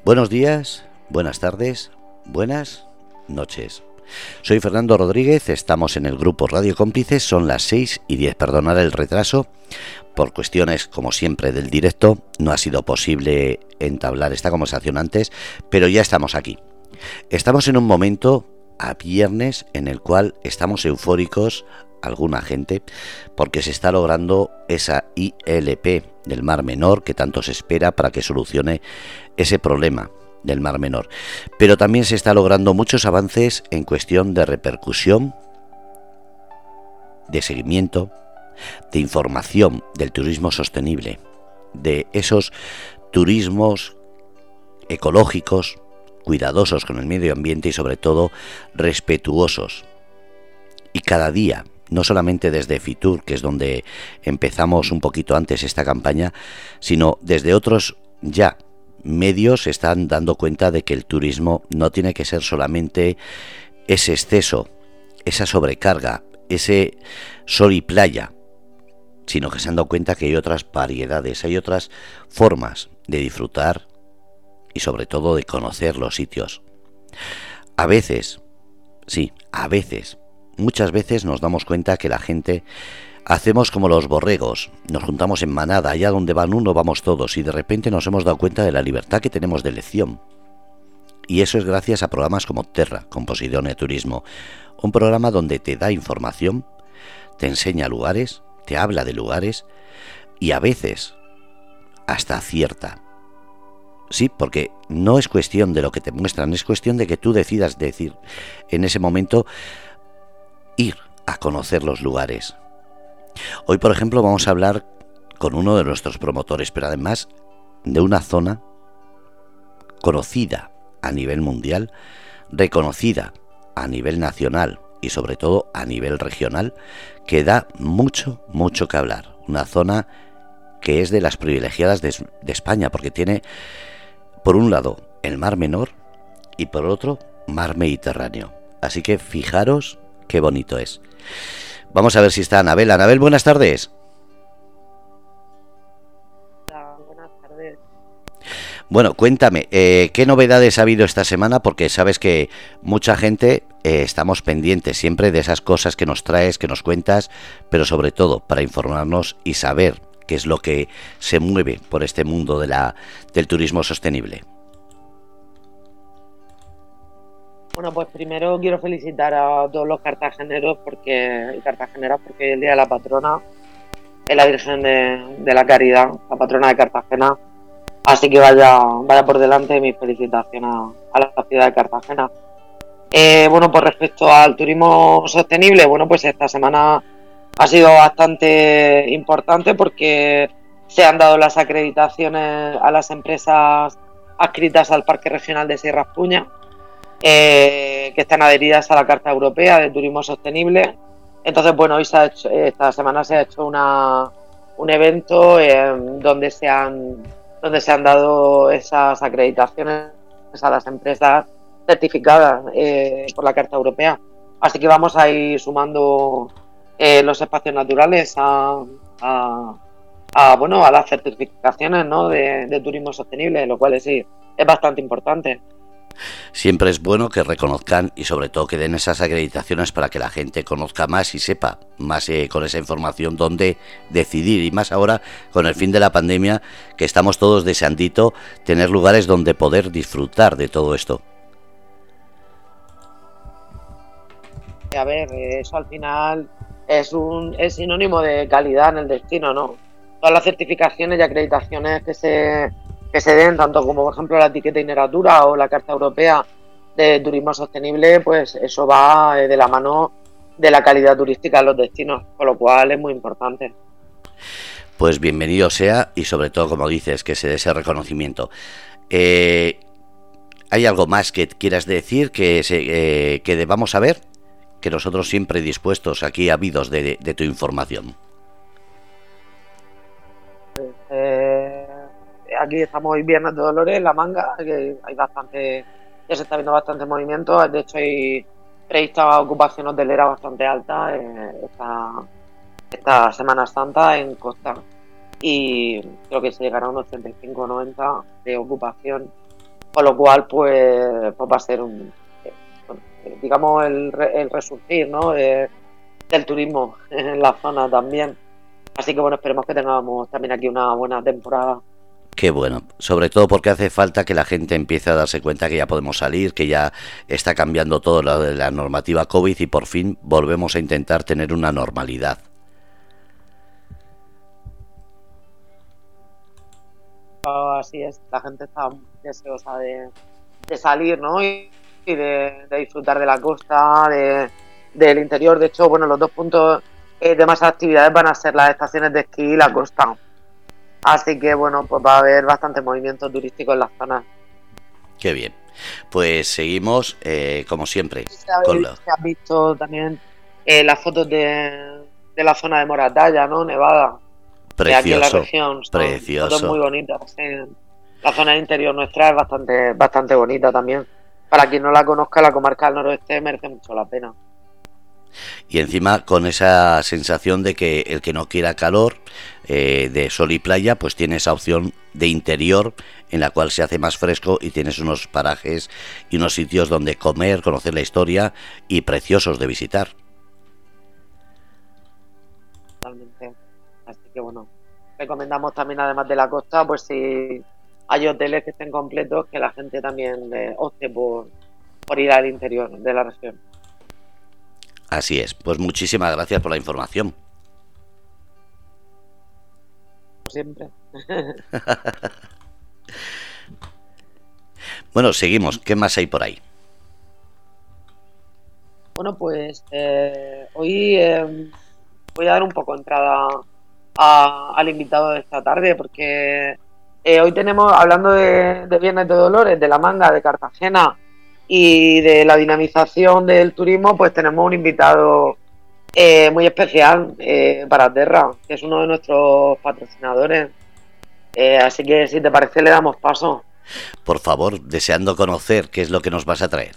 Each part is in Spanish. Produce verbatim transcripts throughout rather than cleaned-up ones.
Buenos días, buenas tardes, buenas noches. Soy Fernando Rodríguez, estamos en el grupo Radio Cómplices, son las seis y diez, perdonad el retraso, por cuestiones como siempre del directo, no ha sido posible entablar esta conversación antes, pero ya estamos aquí. Estamos en un momento a viernes en el cual estamos eufóricos, alguna gente, porque se está logrando esa I L P del Mar Menor que tanto se espera para que solucione ese problema del Mar Menor. Pero también se está logrando muchos avances en cuestión de repercusión, de seguimiento, de información del turismo sostenible, de esos turismos ecológicos, cuidadosos con el medio ambiente y sobre todo respetuosos. Y cada día, no solamente desde Fitur, que es donde empezamos un poquito antes esta campaña, sino desde otros ya medios se están dando cuenta de que el turismo no tiene que ser solamente ese exceso, esa sobrecarga, ese sol y playa, sino que se han dado cuenta que hay otras variedades, hay otras formas de disfrutar y sobre todo de conocer los sitios. A veces, sí, a veces, muchas veces nos damos cuenta que la gente hacemos como los borregos, nos juntamos en manada, allá donde van uno vamos todos, y de repente nos hemos dado cuenta de la libertad que tenemos de elección. Y eso es gracias a programas como Terra, con Poseidón de Turismo, un programa donde te da información, te enseña lugares, te habla de lugares y a veces hasta acierta. Sí, porque no es cuestión de lo que te muestran, es cuestión de que tú decidas decir en ese momento ir a conocer los lugares. Hoy, por ejemplo, vamos a hablar con uno de nuestros promotores, pero además de una zona conocida a nivel mundial, reconocida a nivel nacional y sobre todo a nivel regional, que da mucho, mucho que hablar. Una zona que es de las privilegiadas de, de España, porque tiene, por un lado, el Mar Menor y por otro, Mar Mediterráneo. Así que fijaros qué bonito es. Vamos a ver si está Anabel. Anabel, buenas tardes. Hola, buenas tardes. Bueno, cuéntame, eh, ¿qué novedades ha habido esta semana? Porque sabes que mucha gente eh, estamos pendientes siempre de esas cosas que nos traes, que nos cuentas, pero sobre todo para informarnos y saber qué es lo que se mueve por este mundo de la, del turismo sostenible. Bueno, pues primero quiero felicitar a todos los cartageneros porque y cartageneras porque hoy es el día de la patrona, es la Virgen de, de la Caridad, la patrona de Cartagena. Así que vaya, vaya por delante mis felicitaciones a, a la ciudad de Cartagena. Eh, bueno, pues respecto al turismo sostenible, bueno, pues esta semana ha sido bastante importante porque se han dado las acreditaciones a las empresas adscritas al Parque Regional de Sierra Puña, eh, que están adheridas a la Carta Europea de Turismo Sostenible. Entonces, bueno, hoy se ha hecho, esta semana se ha hecho una, un evento eh, donde se han donde se han dado esas acreditaciones a las empresas certificadas eh, por la Carta Europea. Así que vamos a ir sumando eh, los espacios naturales a, a, a bueno a las certificaciones, ¿no?, de, de turismo sostenible, lo cual es, sí, es bastante importante. Siempre es bueno que reconozcan y sobre todo que den esas acreditaciones para que la gente conozca más y sepa más eh, con esa información dónde decidir, y más ahora con el fin de la pandemia, que estamos todos deseandito tener lugares donde poder disfrutar de todo esto. A ver, eso al final es un es sinónimo de calidad en el destino, ¿no? Todas las certificaciones y acreditaciones que se que se den, tanto como por ejemplo la etiqueta Ineratura o la Carta Europea de Turismo Sostenible, pues eso va de la mano de la calidad turística en los destinos, con lo cual es muy importante. Pues bienvenido sea, y sobre todo, como dices, que se dé ese reconocimiento. Eh, ¿Hay algo más que quieras decir que, se, eh, que debamos saber? Que nosotros siempre dispuestos aquí, habidos de, de tu información. Eh, aquí estamos hoy Viernes de Dolores, en La Manga, que hay bastante, ya se está viendo bastante movimiento. De hecho, hay prevista ocupación hotelera bastante alta eh, esta, esta Semana Santa en Costa, y creo que se llegará a unos treinta y cinco o noventa de ocupación con lo cual pues, pues va a ser un, eh, bueno, digamos el, el resurgir, ¿no? Eh, del turismo en la zona también. Así que bueno, esperemos que tengamos también aquí una buena temporada. Qué bueno, sobre todo porque hace falta que la gente empiece a darse cuenta que ya podemos salir, que ya está cambiando todo lo de la normativa COVID y por fin volvemos a intentar tener una normalidad. Así es, la gente está deseosa de, de salir, ¿no? Y, y de, de disfrutar de la costa, de, del interior. De hecho, bueno, los dos puntos eh, de más actividades van a ser las estaciones de esquí y la costa. Así que bueno, pues va a haber bastante movimiento turístico en las zonas. Qué bien. Pues seguimos, eh, como siempre. Se ha, Con lo... se ha visto también eh, las fotos de, de la zona de Moratalla, ¿no? Nevada. De aquí en la Precioso, región. Son fotos muy precioso. bonitas. Sí. La zona interior nuestra es bastante, bastante bonita también. Para quien no la conozca, la comarca del noroeste merece mucho la pena. Y encima con esa sensación de que el que no quiera calor, eh, de sol y playa, pues tiene esa opción de interior en la cual se hace más fresco y tienes unos parajes y unos sitios donde comer, conocer la historia y preciosos de visitar. Totalmente. Así que bueno, recomendamos también, además de la costa, pues si hay hoteles que estén completos, que la gente también eh, opte por, por ir al interior de la región. Así es, pues muchísimas gracias por la información. Siempre. Bueno, seguimos. ¿Qué más hay por ahí? Bueno, pues eh, hoy eh, voy a dar un poco entrada a, al invitado de esta tarde, porque eh, hoy tenemos, hablando de, de Viernes de Dolores, de La Manga, de Cartagena y de la dinamización del turismo, pues tenemos un invitado eh, muy especial eh, para Terra, que es uno de nuestros patrocinadores. Eh, así que si te parece le damos paso. Por favor, deseando conocer qué es lo que nos vas a traer.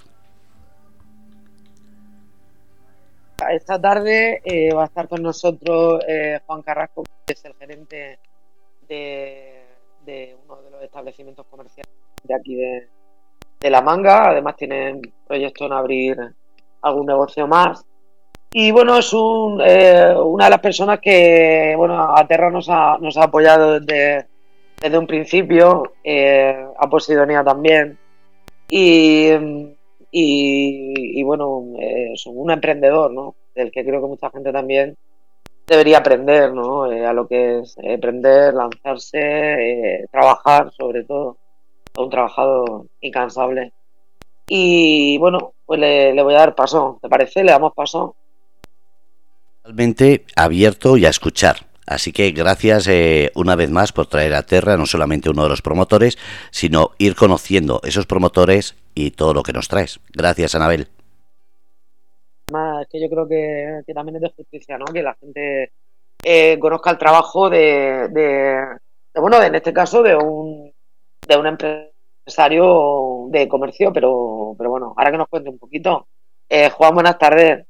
Esta tarde eh, va a estar con nosotros eh, Juan Carrasco, que es el gerente de, de uno de los establecimientos comerciales de aquí de, de La Manga. Además tienen proyecto en abrir algún negocio más. Y bueno, es un, eh, una de las personas que, bueno, a Terra nos ha, nos ha apoyado desde, desde un principio, eh, a Posidonia también. Y, y, y bueno, eh, es un emprendedor, ¿no? Del que creo que mucha gente también debería aprender, ¿no? Eh, a lo que es emprender, lanzarse, eh, trabajar sobre todo. Un trabajador incansable. Y bueno, pues le, le voy a dar paso. ¿Te parece? Le damos paso. Totalmente abierto y a escuchar. Así que gracias eh, una vez más por traer a Terra no solamente uno de los promotores, sino ir conociendo esos promotores y todo lo que nos traes. Gracias, Anabel. Más que yo creo que, que también es de justicia, ¿no? Que la gente eh, conozca el trabajo de, de, de, bueno, de, en este caso de un, de un empresario de comercio, pero, pero bueno, ahora que nos cuente un poquito. Eh, Juan, buenas tardes.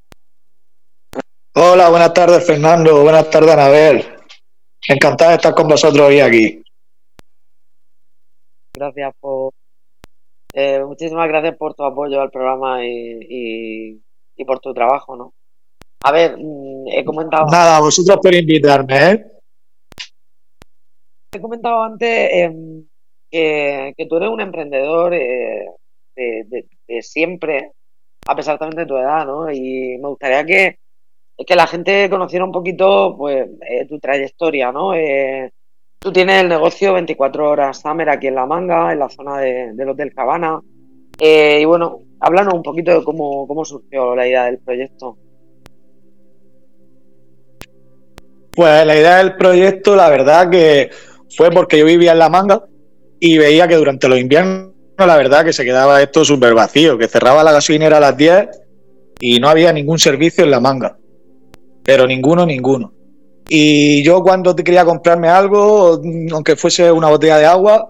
Hola, buenas tardes Fernando, buenas tardes Anabel. Encantado de estar con vosotros hoy aquí. Gracias por, eh, muchísimas gracias por tu apoyo al programa y, y, y por tu trabajo, ¿no? A ver, he comentado... Nada, vosotros por invitarme, ¿eh? He comentado antes eh, que, que tú eres un emprendedor eh, de, de, de siempre, a pesar también de tu edad, ¿no? Y me gustaría que, que la gente conociera un poquito, pues, eh, tu trayectoria, ¿no? Eh, tú tienes el negocio veinticuatro horas Summer aquí en La Manga, en la zona de, del Hotel Cabana. Eh, y bueno, háblanos un poquito de cómo, cómo surgió la idea del proyecto. Pues la idea del proyecto, la verdad que fue porque yo vivía en La Manga y veía que durante los inviernos, la verdad que se quedaba esto súper vacío, que cerraba la gasolinera a las diez y no había ningún servicio en La Manga. Pero ninguno, ninguno. Y yo cuando te quería comprarme algo, aunque fuese una botella de agua,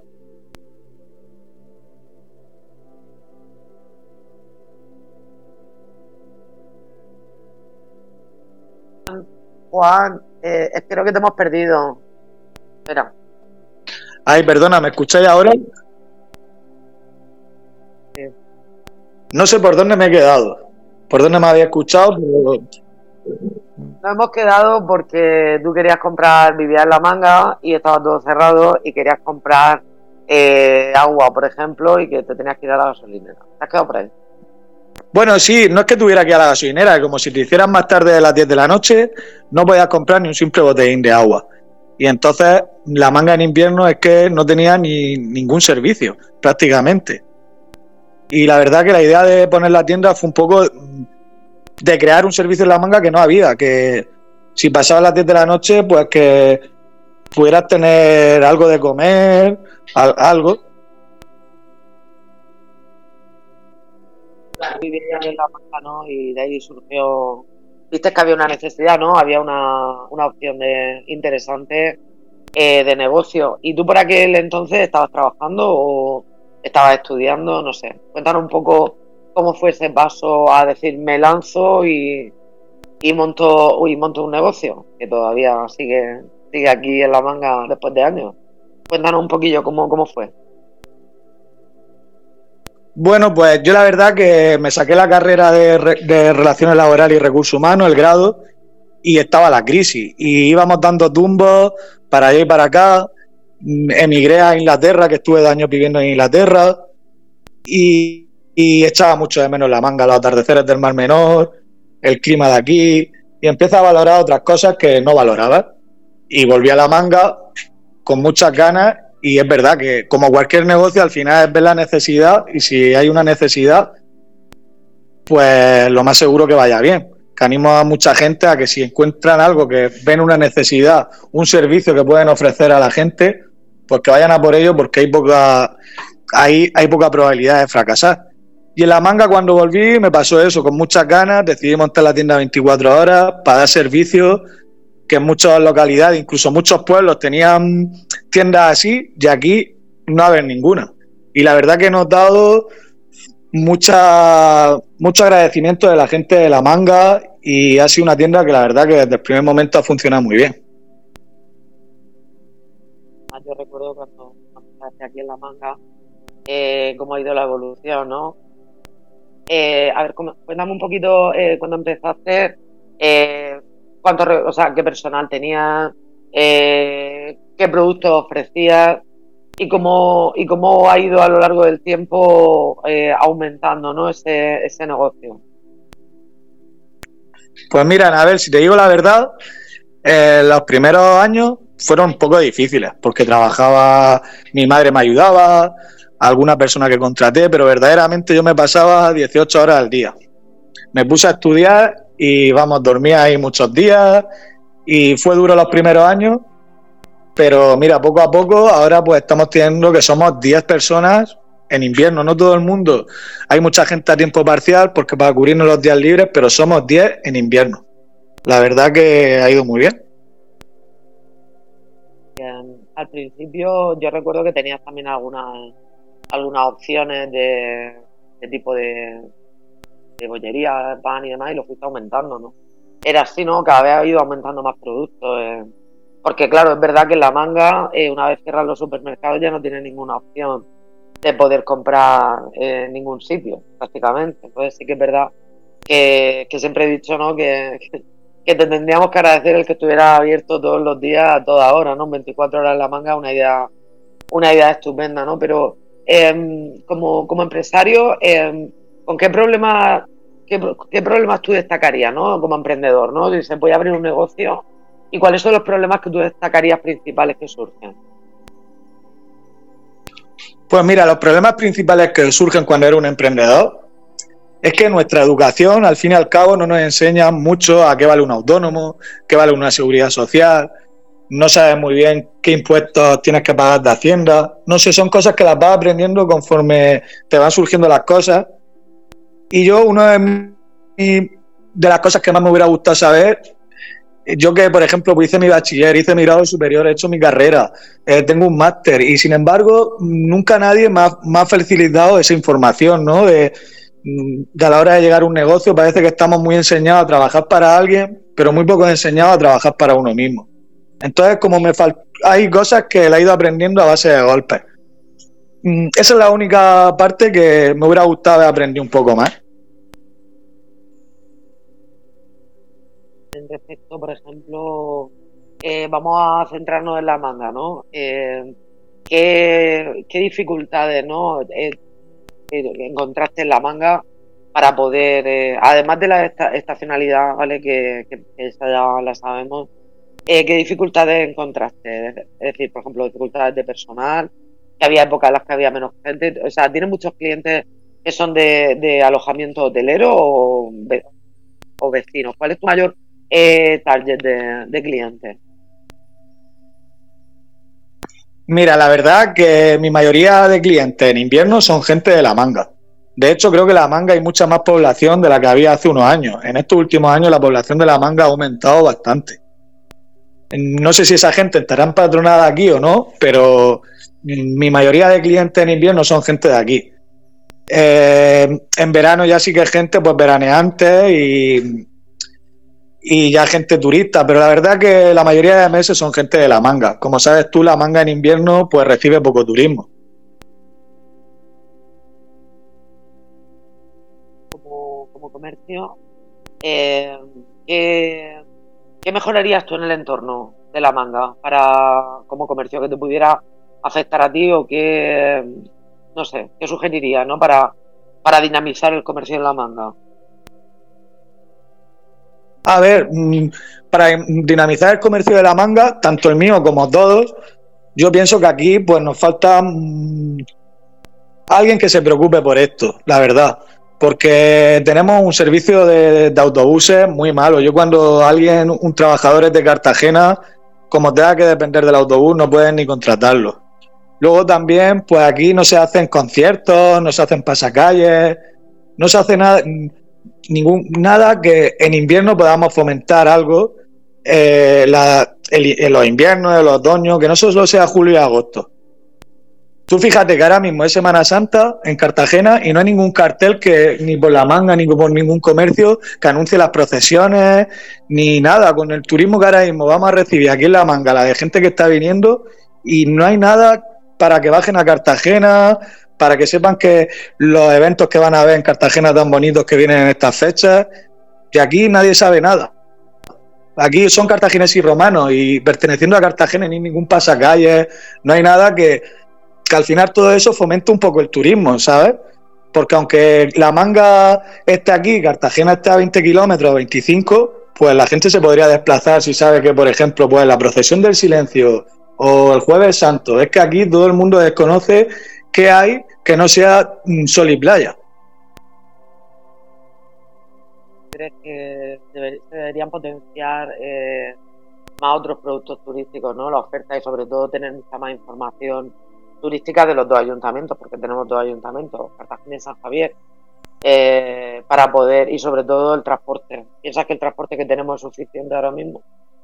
Juan, eh, espero que te hemos perdido. Espera. ay, perdona, ¿me escucháis ahora? No sé por dónde me he quedado, por dónde me había escuchado, pero... Nos hemos quedado porque tú querías comprar, vivías en La Manga y estaba todo cerrado y querías comprar eh, agua, por ejemplo, y que te tenías que ir a la gasolinera. ¿Te has quedado por ahí? Bueno, sí, no es que tuviera que ir a la gasolinera, como si te hicieran más tarde de las diez de la noche, no podías comprar ni un simple botellín de agua. Y entonces La Manga en invierno es que no tenía ni ningún servicio, prácticamente. Y la verdad que la idea de poner la tienda fue un poco de crear un servicio en La Manga que no había, que si pasaba las diez de la noche, pues que pudieras tener algo de comer, al, algo. Vivías en La Manga, ¿no? Y de ahí surgió... Viste que había una necesidad, ¿no? Había una, una opción de, interesante eh, de negocio. ¿Y tú por aquel entonces estabas trabajando o estabas estudiando? No sé. Cuéntanos un poco cómo fue ese paso a decir me lanzo y, y monto y monto un negocio que todavía sigue sigue aquí en La Manga después de años. Cuéntanos un poquillo cómo, cómo fue. Bueno, pues yo la verdad que me saqué la carrera de, de Relaciones Laborales y Recursos Humanos, el grado, y estaba la crisis. Y íbamos dando tumbos para allá y para acá. Emigré a Inglaterra, que estuve dos años viviendo en Inglaterra, y, y echaba mucho de menos La Manga, los atardeceres del Mar Menor, el clima de aquí, y empecé a valorar otras cosas que no valoraba. Y volví a La Manga con muchas ganas. Y es verdad que, como cualquier negocio, al final es ver la necesidad, y si hay una necesidad, pues lo más seguro que vaya bien. Que animo a mucha gente a que si encuentran algo, que ven una necesidad, un servicio que pueden ofrecer a la gente, pues que vayan a por ello, porque hay poca, hay, hay poca probabilidad de fracasar. Y en La Manga, cuando volví, me pasó eso, con muchas ganas, decidí montar la tienda veinticuatro horas para dar servicio, que en muchas localidades, incluso muchos pueblos, tenían tiendas así, y aquí no haber ninguna. Y la verdad que he notado mucha, mucho agradecimiento de la gente de La Manga, y ha sido una tienda que la verdad que desde el primer momento ha funcionado muy bien. Yo recuerdo cuando empezaste aquí en La Manga, eh, cómo ha ido la evolución, ¿no? Eh, a ver, cuéntame un poquito, eh, cuando empezaste, eh, cuánto, o sea, qué personal tenías, eh, qué productos ofrecías y cómo y cómo ha ido a lo largo del tiempo eh, aumentando, ¿no? ese, ese negocio. Pues mira, a ver, si te digo la verdad, eh, los primeros años fueron un poco difíciles, porque trabajaba, mi madre me ayudaba, alguna persona que contraté, pero verdaderamente yo me pasaba dieciocho horas al día. Me puse a estudiar y vamos, dormía ahí muchos días y fue duro los primeros años, pero mira, poco a poco ahora pues estamos teniendo que somos diez personas en invierno, no todo el mundo. Hay mucha gente a tiempo parcial porque para cubrirnos los días libres, pero somos diez en invierno. La verdad que ha ido muy bien. Bien. Al principio yo recuerdo que tenías también algunas algunas opciones de, de tipo de, de bollería, pan y demás, y lo fuiste aumentando, ¿no? Era así, ¿no? Cada vez ha ido aumentando más productos. Eh. Porque claro, es verdad que en La Manga, eh, una vez cierran los supermercados, ya no tiene ninguna opción de poder comprar en ningún sitio, prácticamente. Entonces sí que es verdad que, que siempre he dicho, ¿no? Que, que te tendríamos que agradecer el que estuviera abierto todos los días a toda hora, ¿no? veinticuatro horas en La Manga, una idea, una idea estupenda, ¿no? Pero eh, como, como empresario, eh, ¿con qué problemas, qué, qué problemas tú destacarías, ¿no? Como emprendedor, ¿no? Dices, voy a abrir un negocio, ¿y cuáles son los problemas que tú destacarías principales que surgen? Pues mira, los problemas principales que surgen cuando eres un emprendedor es que nuestra educación, al fin y al cabo, no nos enseña mucho a qué vale un autónomo, qué vale una seguridad social, no sabes muy bien qué impuestos tienes que pagar de Hacienda, no sé, son cosas que las vas aprendiendo conforme te van surgiendo las cosas. Y yo, una de, mi, de las cosas que más me hubiera gustado saber, yo que, por ejemplo, pues hice mi bachiller, hice mi grado superior, he hecho mi carrera, eh, tengo un máster, y sin embargo, nunca nadie me ha, me ha facilitado esa información, ¿no? De, de a la hora de llegar a un negocio, parece que estamos muy enseñados a trabajar para alguien, pero muy poco enseñados a trabajar para uno mismo. Entonces, como me falta, hay cosas que la he ido aprendiendo a base de golpes. esa es la única parte que me hubiera gustado haber aprendido un poco más. En respecto, por ejemplo, eh, vamos a centrarnos en la manga, ¿no? Eh, ¿qué, qué dificultades, ¿no? Eh, encontraste en la manga para poder, eh, además de la esta, estacionalidad, ¿vale? Que, que esa ya la sabemos, eh, ¿qué dificultades encontraste? Es decir, por ejemplo, dificultades de personal, que había épocas en las que había menos gente, o sea, ¿tienes muchos clientes que son de, de alojamiento hotelero o, o vecinos? ¿Cuál es tu mayor eh, target de, de clientes? Mira, la verdad que mi mayoría de clientes en invierno son gente de La Manga. De hecho, creo que en La Manga hay mucha más población de la que había hace unos años. En estos últimos años la población de La Manga ha aumentado bastante. No sé si esa gente estará empadronada aquí o no, pero mi mayoría de clientes en invierno son gente de aquí. Eh, en verano ya sí que hay gente pues veraneante y, y ya gente turista, pero la verdad que la mayoría de meses son gente de La Manga. Como sabes tú, La Manga en invierno pues recibe poco turismo. Como, como comercio, eh, ¿qué, ¿qué mejorarías tú en el entorno de La Manga para como comercio que te pudiera afectar a ti o qué, no sé, qué sugerirías, ¿no? para, para dinamizar el comercio en La Manga? A ver, para dinamizar el comercio de La Manga, tanto el mío como todos, yo pienso que aquí pues nos falta mmm, alguien que se preocupe por esto, la verdad, porque tenemos un servicio de, de autobuses muy malo. Yo cuando alguien, un trabajador es de Cartagena, como tenga que depender del autobús, no pueden ni contratarlo. Luego también, pues aquí no se hacen conciertos, no se hacen pasacalles, no se hace nada... Ningún, nada que en invierno podamos fomentar algo eh, la, el, en los inviernos, en los otoños, que no solo sea julio y agosto. Tú fíjate que ahora mismo es Semana Santa en Cartagena y no hay ningún cartel que ni por La Manga ni por ningún comercio que anuncie las procesiones ni nada. Con el turismo que ahora mismo vamos a recibir aquí en La Manga, la de gente que está viniendo, y no hay nada para que bajen a Cartagena, para que sepan que los eventos que van a ver en Cartagena tan bonitos que vienen en estas fechas, que aquí nadie sabe nada. Aquí son cartagineses y romanos y perteneciendo a Cartagena no hay ningún pasacalles, no hay nada que, que al final todo eso fomente un poco el turismo, ¿sabes? Porque aunque La Manga esté aquí, Cartagena esté a veinte kilómetros, veinticinco, pues la gente se podría desplazar si sabe que, por ejemplo, pues la procesión del silencio o el Jueves Santo, es que aquí todo el mundo desconoce qué hay que no sea sol y playa. ¿Crees que deber, se deberían potenciar eh, más otros productos turísticos, ¿no? La oferta y sobre todo tener mucha más información turística de los dos ayuntamientos, porque tenemos dos ayuntamientos, Cartagena y San Javier, eh, para poder, y sobre todo el transporte. ¿Piensas que el transporte que tenemos es suficiente ahora mismo?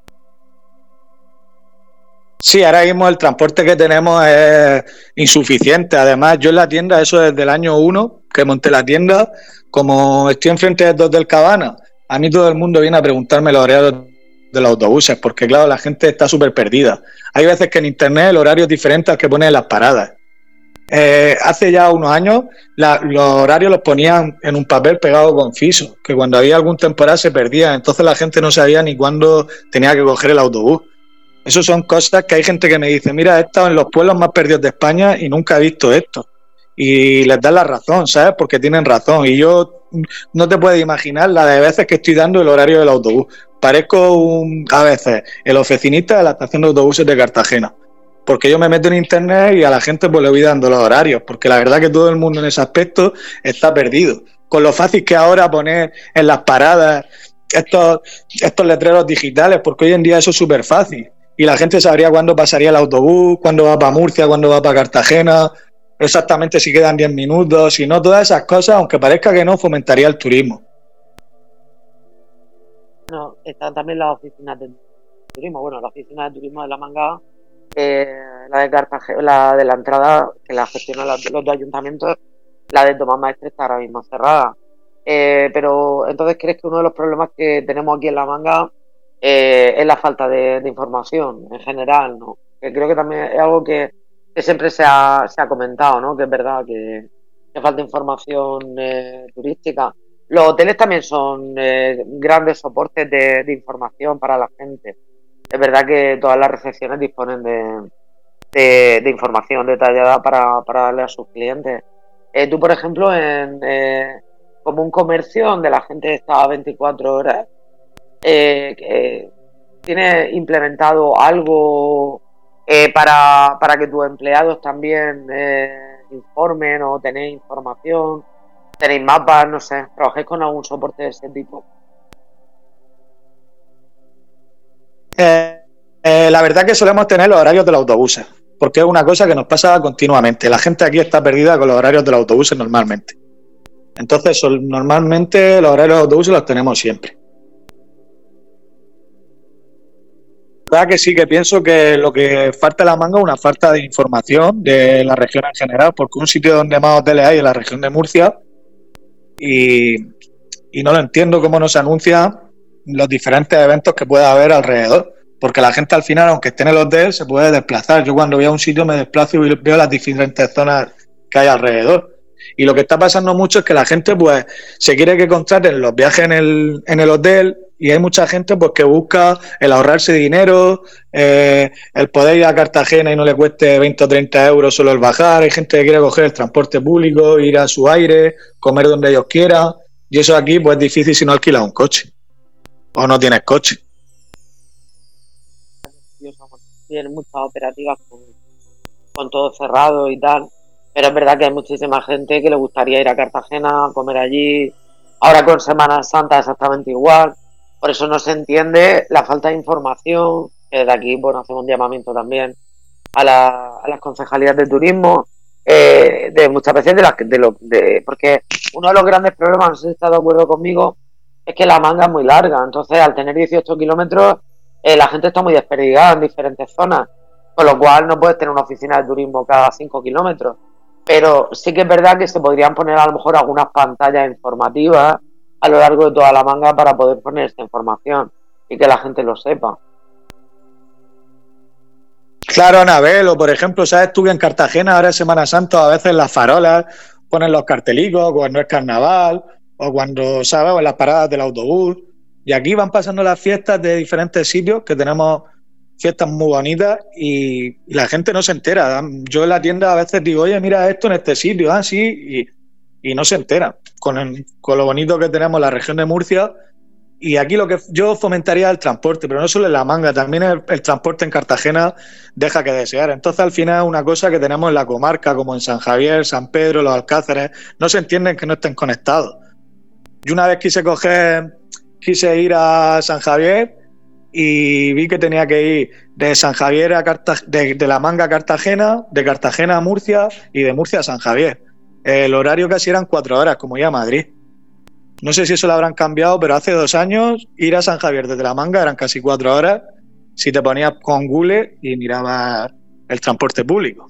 Sí, ahora mismo el transporte que tenemos es insuficiente. Además, yo en la tienda, eso desde el año uno que monté la tienda, como estoy enfrente de dos del Cabana, a mí todo el mundo viene a preguntarme los horarios de los autobuses, porque claro, la gente está súper perdida. Hay veces que en internet el horario es diferente al que ponen en las paradas. Eh, hace ya unos años la, los horarios los ponían en un papel pegado con fiso, que cuando había algún temporal se perdía, entonces la gente no sabía ni cuándo tenía que coger el autobús. Eso son cosas que hay gente que me dice, mira, he estado en los pueblos más perdidos de España y nunca he visto esto. Y les dan la razón, ¿sabes? Porque tienen razón. Y yo no te puedes imaginar la de veces que estoy dando el horario del autobús. Parezco un, a veces el oficinista de la estación de autobuses de Cartagena. Porque yo me meto en internet y a la gente pues le voy dando los horarios. Porque la verdad que todo el mundo en ese aspecto está perdido. Con lo fácil que ahora poner en las paradas estos, estos letreros digitales, porque hoy en día eso es súper fácil. Y la gente sabría cuándo pasaría el autobús, cuándo va para Murcia, cuándo va para Cartagena, exactamente si quedan diez minutos, si no, todas esas cosas, aunque parezca que no, fomentaría el turismo. No, están también las oficinas de turismo. Bueno, la oficina de turismo de La Manga, eh, la de Cartagena, la de la entrada, que la gestionan los, los dos ayuntamientos, la de Tomás Maestre está ahora mismo cerrada. Eh, pero entonces, ¿crees que uno de los problemas que tenemos aquí en La Manga Eh, es la falta de, de información en general, ¿no? Que creo que también es algo que, que siempre se ha, se ha comentado, ¿no? Que es verdad que, que falta información eh, turística. Los hoteles también son eh, grandes soportes de, de información para la gente. Es verdad que todas las recepciones disponen de, de, de información detallada para, para darle a sus clientes. Eh, tú, por ejemplo, en eh, como un comercio donde la gente está veinticuatro horas, eh, eh, ¿tienes implementado algo eh, para, para que tus empleados también eh, informen o tenéis información? ¿Tenéis mapas? No sé, ¿trabajáis con algún soporte de ese tipo? Eh, eh, la verdad que solemos tener los horarios de los autobuses, porque es una cosa que nos pasa continuamente. La gente aquí está perdida con los horarios de los autobuses normalmente. Entonces, sol, normalmente los horarios de los autobuses los tenemos siempre. La verdad que sí, que pienso que lo que falta en La Manga es una falta de información de la región en general, porque un sitio donde más hoteles hay es la región de Murcia y, y no lo entiendo cómo no se anuncian los diferentes eventos que pueda haber alrededor, porque la gente al final, aunque esté en el hotel, se puede desplazar. Yo cuando voy a un sitio me desplazo y veo las diferentes zonas que hay alrededor. Y lo que está pasando mucho es que la gente pues se quiere que contraten los viajes en el, en el hotel y hay mucha gente pues que busca el ahorrarse dinero, eh, el poder ir a Cartagena y no le cueste veinte o treinta euros solo el bajar. Hay gente que quiere coger el transporte público, ir a su aire, comer donde ellos quieran, y eso aquí pues es difícil si no alquilas un coche o no tienes coche. Tienen muchas operativas con, con todo cerrado y tal. Pero es verdad que hay muchísima gente que le gustaría ir a Cartagena, comer allí. Ahora con Semana Santa exactamente igual. Por eso no se entiende la falta de información. Que desde aquí, bueno, hacemos un llamamiento también a, la, a las concejalías de turismo. Eh, de muchas veces de las de lo, de, porque uno de los grandes problemas, no sé si estás de acuerdo conmigo, es que La Manga es muy larga. Entonces, al tener dieciocho kilómetros, eh, la gente está muy desperdigada en diferentes zonas. Con lo cual no puedes tener una oficina de turismo cada cinco kilómetros. Pero sí que es verdad que se podrían poner a lo mejor algunas pantallas informativas a lo largo de toda La Manga para poder poner esta información y que la gente lo sepa. Claro, Anabel, o por ejemplo, ¿sabes tú que en Cartagena ahora es Semana Santa a veces las farolas ponen los cartelicos cuando es carnaval o cuando, ¿sabes?, o en las paradas del autobús? Y aquí van pasando las fiestas de diferentes sitios que tenemos fiestas muy bonitas y, y la gente no se entera. Yo en la tienda a veces digo, oye, mira esto en este sitio, ah, sí, y, y no se entera con, el, con lo bonito que tenemos en la región de Murcia. Y aquí lo que yo fomentaría es el transporte, pero no solo en La Manga, también el, el transporte en Cartagena deja que desear. Entonces al final es una cosa que tenemos en la comarca, como en San Javier, San Pedro, Los Alcázares, no se entienden que no estén conectados. Yo una vez quise coger, quise ir a San Javier y vi que tenía que ir de San Javier a Cartagena, de, de La Manga a Cartagena, de Cartagena a Murcia y de Murcia a San Javier. El horario casi eran cuatro horas, como ir a Madrid. No sé si eso lo habrán cambiado, pero hace dos años ir a San Javier desde La Manga eran casi cuatro horas si te ponías con Google y mirabas el transporte público.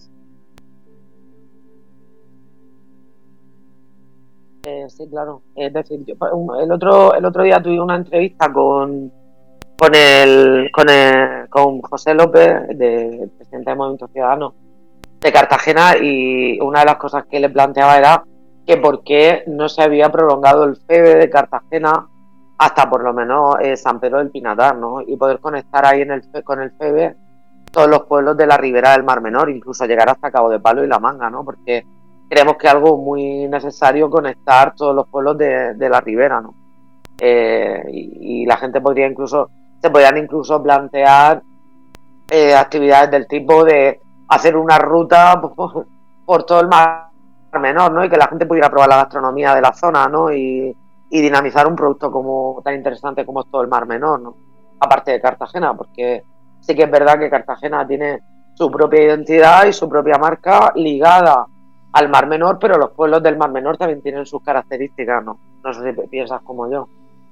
Eh, sí, claro. Es decir, yo, el otro el otro día tuve una entrevista con con el con el con José López, de presidente del Movimiento Ciudadano de Cartagena, y una de las cosas que le planteaba era que por qué no se había prolongado el FEVE de Cartagena hasta por lo menos eh, San Pedro del Pinatar, ¿no? Y poder conectar ahí en el con el FEVE todos los pueblos de la ribera del Mar Menor, incluso llegar hasta Cabo de Palo y La Manga, ¿no? Porque creemos que es algo muy necesario conectar todos los pueblos de, de la ribera, ¿no? Eh, y, y la gente podría incluso, se podrían incluso plantear eh, actividades del tipo de hacer una ruta por, por todo el Mar Menor, ¿no? Y que la gente pudiera probar la gastronomía de la zona, ¿no? Y, y dinamizar un producto como tan interesante como es todo el Mar Menor, ¿no? Aparte de Cartagena, porque sí que es verdad que Cartagena tiene su propia identidad y su propia marca ligada al Mar Menor, pero los pueblos del Mar Menor también tienen sus características, ¿no? No sé si piensas como yo.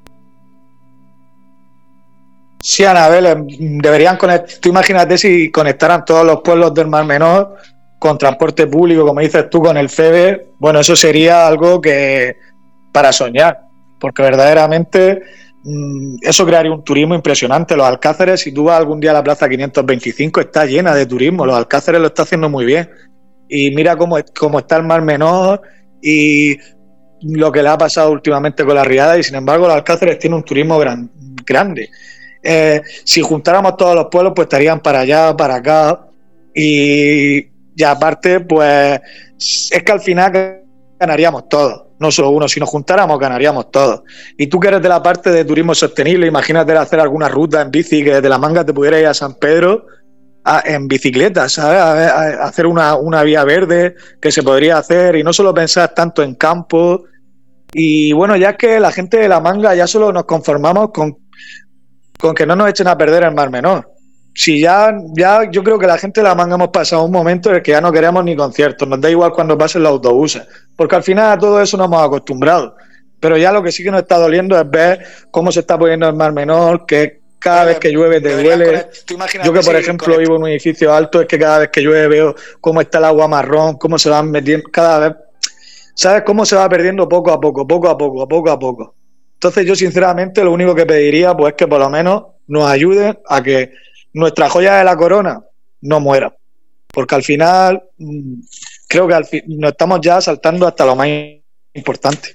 Sí, Anabel, deberían conectar, tú imagínate si conectaran todos los pueblos del Mar Menor con transporte público, como dices tú, con el FEVE. Bueno, eso sería algo que para soñar, porque verdaderamente mm, eso crearía un turismo impresionante. Los Alcáceres, si tú vas algún día a la Plaza quinientos veinticinco, está llena de turismo. Los Alcáceres lo está haciendo muy bien. Y mira cómo, cómo está el Mar Menor y lo que le ha pasado últimamente con la riada, y sin embargo los Alcáceres tienen un turismo gran, grande. Eh, si juntáramos todos los pueblos, pues estarían para allá, para acá, y, y aparte, pues es que al final ganaríamos todos, no solo uno. Si nos juntáramos, ganaríamos todos. Y tú que eres de la parte de turismo sostenible, imagínate hacer alguna ruta en bici, que desde La Manga te pudiera ir a San Pedro a, en bicicleta, ¿sabes? A, a, a hacer una, una vía verde que se podría hacer, y no solo pensar tanto en campo. Y bueno, ya es que la gente de La Manga ya solo nos conformamos con, con que no nos echen a perder el Mar Menor. Si ya, ya yo creo que la gente de La Manga hemos pasado un momento en el que ya no queremos ni conciertos, nos da igual cuando pasen los autobuses, porque al final a todo eso nos hemos acostumbrado. Pero ya lo que sí que nos está doliendo es ver cómo se está poniendo el Mar Menor, que cada vez que llueve te duele. Yo que por ejemplo vivo en un edificio alto, es que cada vez que llueve veo cómo está el agua marrón, cómo se van metiendo cada vez. ¿Sabes cómo se va perdiendo poco a poco, poco a poco, poco a poco? Entonces yo sinceramente lo único que pediría pues es que por lo menos nos ayuden a que nuestra joya de la corona no muera. Porque al final mmm, creo que al fin, nos estamos ya saltando hasta lo más importante.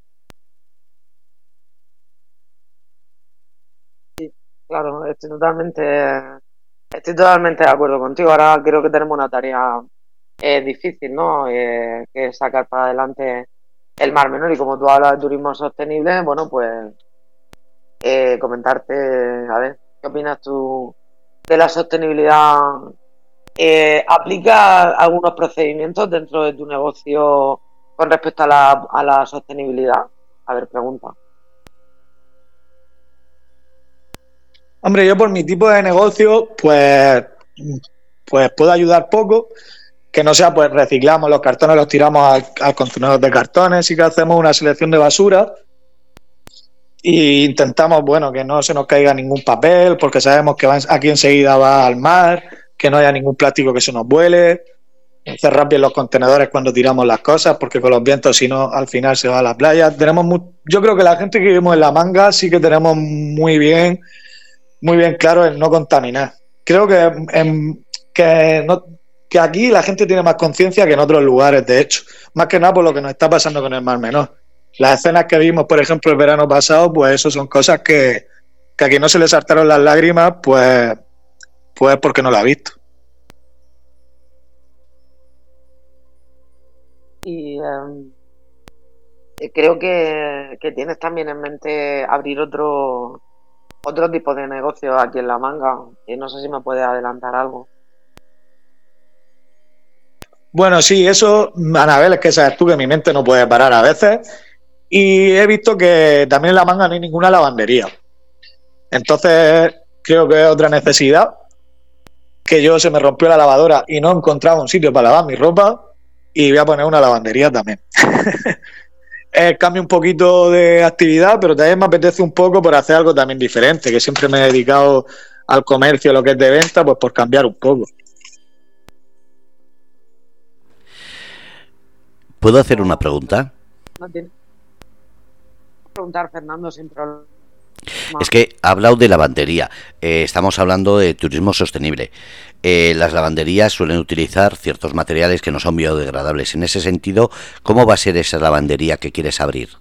Sí, claro, estoy totalmente, estoy totalmente de acuerdo contigo. Ahora creo que tenemos una tarea eh, difícil, ¿no? Eh, que es sacar para adelante el Mar Menor. Y como tú hablas de turismo sostenible, bueno, pues eh, comentarte, a ver, ¿qué opinas tú de la sostenibilidad? Eh, ¿Aplicas algunos procedimientos dentro de tu negocio con respecto a la, a la sostenibilidad? A ver, pregunta. Hombre, yo por mi tipo de negocio, pues, pues puedo ayudar poco. Que no sea, pues reciclamos los cartones, los tiramos al, al contenedor de cartones, y que hacemos una selección de basura e intentamos, bueno, que no se nos caiga ningún papel, porque sabemos que va, aquí enseguida va al mar, que no haya ningún plástico que se nos vuele, cerrar bien los contenedores cuando tiramos las cosas, porque con los vientos si no al final se va a la playa. Tenemos muy, yo creo que la gente que vivimos en La Manga sí que tenemos muy bien muy bien claro el no contaminar. Creo que en, que no que aquí la gente tiene más conciencia que en otros lugares, de hecho, más que nada por lo que nos está pasando con el Mar Menor. Las escenas que vimos, por ejemplo, el verano pasado, pues eso son cosas que, que a quien no se le saltaron las lágrimas, pues, pues porque no lo ha visto. Y eh, creo que, que tienes también en mente abrir otro otro tipo de negocio aquí en La Manga, y no sé si me puedes adelantar algo. Bueno, sí, eso, Anabel, es que sabes tú que mi mente no puede parar a veces, y he visto que también en La Manga no hay ninguna lavandería. Entonces creo que es otra necesidad, que yo se me rompió la lavadora y no encontraba un sitio para lavar mi ropa, y voy a poner una lavandería también. Eh, cambio un poquito de actividad, pero también me apetece un poco por hacer algo también diferente, que siempre me he dedicado al comercio, lo que es de venta, pues por cambiar un poco. ¿Puedo hacer una pregunta? No tiene que preguntar, Fernando, sin problema. Es que ha hablado de lavandería, eh, estamos hablando de turismo sostenible. Eh, las lavanderías suelen utilizar ciertos materiales que no son biodegradables. En ese sentido, ¿cómo va a ser esa lavandería que quieres abrir?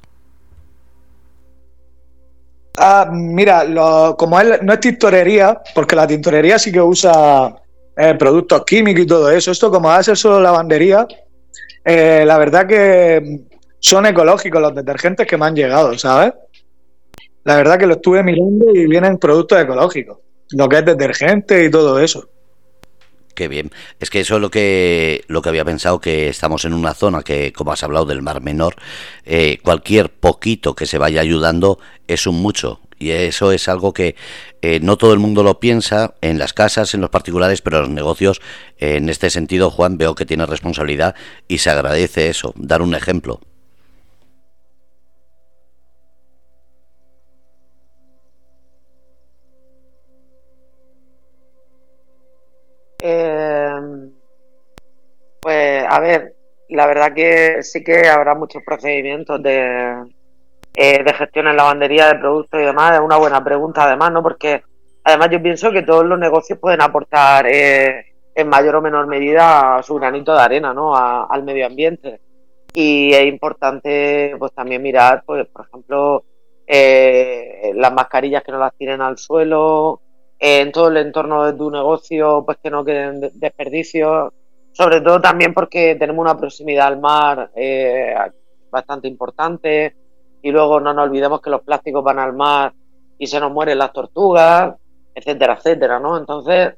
Ah, mira, lo, como es, no es tintorería, porque la tintorería sí que usa eh, productos químicos y todo eso. Esto, como va a ser solo lavandería, eh, la verdad que son ecológicos los detergentes que me han llegado, ¿sabes? La verdad que lo estuve mirando y vienen productos ecológicos, lo que es detergente y todo eso. Qué bien. Es que eso es lo que lo que había pensado, que estamos en una zona que, como has hablado del Mar Menor, eh, cualquier poquito que se vaya ayudando es un mucho. Y eso es algo que eh, no todo el mundo lo piensa en las casas, en los particulares, pero en los negocios, eh, en este sentido, Juan, veo que tiene responsabilidad y se agradece eso, dar un ejemplo. Eh, pues a ver, la verdad que sí que habrá muchos procedimientos de eh, de gestión en lavandería de productos y demás, es una buena pregunta además, ¿no? Porque además yo pienso que todos los negocios pueden aportar eh, en mayor o menor medida su granito de arena, ¿no? A, al medio ambiente. Y es importante pues también mirar, pues por ejemplo, eh, las mascarillas que no las tiren al suelo, eh, en todo el entorno de tu negocio, pues que no queden de- desperdicios, sobre todo también porque tenemos una proximidad al mar eh, bastante importante, y luego no nos olvidemos que los plásticos van al mar y se nos mueren las tortugas, etcétera, etcétera, ¿no? Entonces,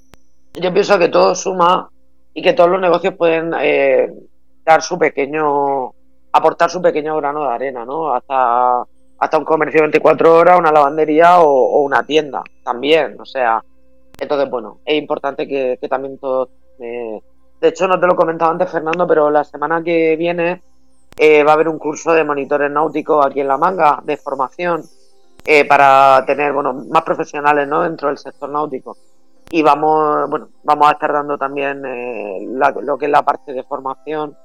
yo pienso que todo suma y que todos los negocios pueden eh, dar su pequeño, aportar su pequeño grano de arena, ¿no? Hasta, hasta un comercio de veinticuatro horas, una lavandería o, o una tienda también, o sea, entonces, bueno, es importante que, que también todos... eh, de hecho, no te lo he comentado antes, Fernando, pero la semana que viene eh, va a haber un curso de monitores náuticos aquí en La Manga, de formación, eh, para tener, bueno, más profesionales, ¿no? Dentro del sector náutico. Y vamos, bueno, vamos a estar dando también eh, la- lo que es la parte de formación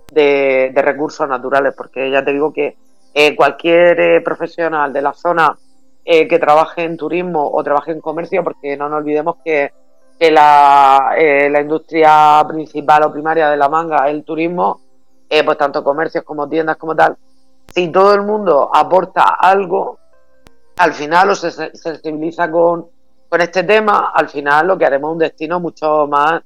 de, de recursos naturales, porque ya te digo que eh, cualquier eh, profesional de la zona eh, que trabaje en turismo o trabaje en comercio, porque no nos olvidemos que, que la, eh, la industria principal o primaria de La Manga es el turismo, eh, pues tanto comercios como tiendas como tal, si todo el mundo aporta algo, al final o se se- sensibiliza con, con este tema, al final lo que haremos es un destino mucho más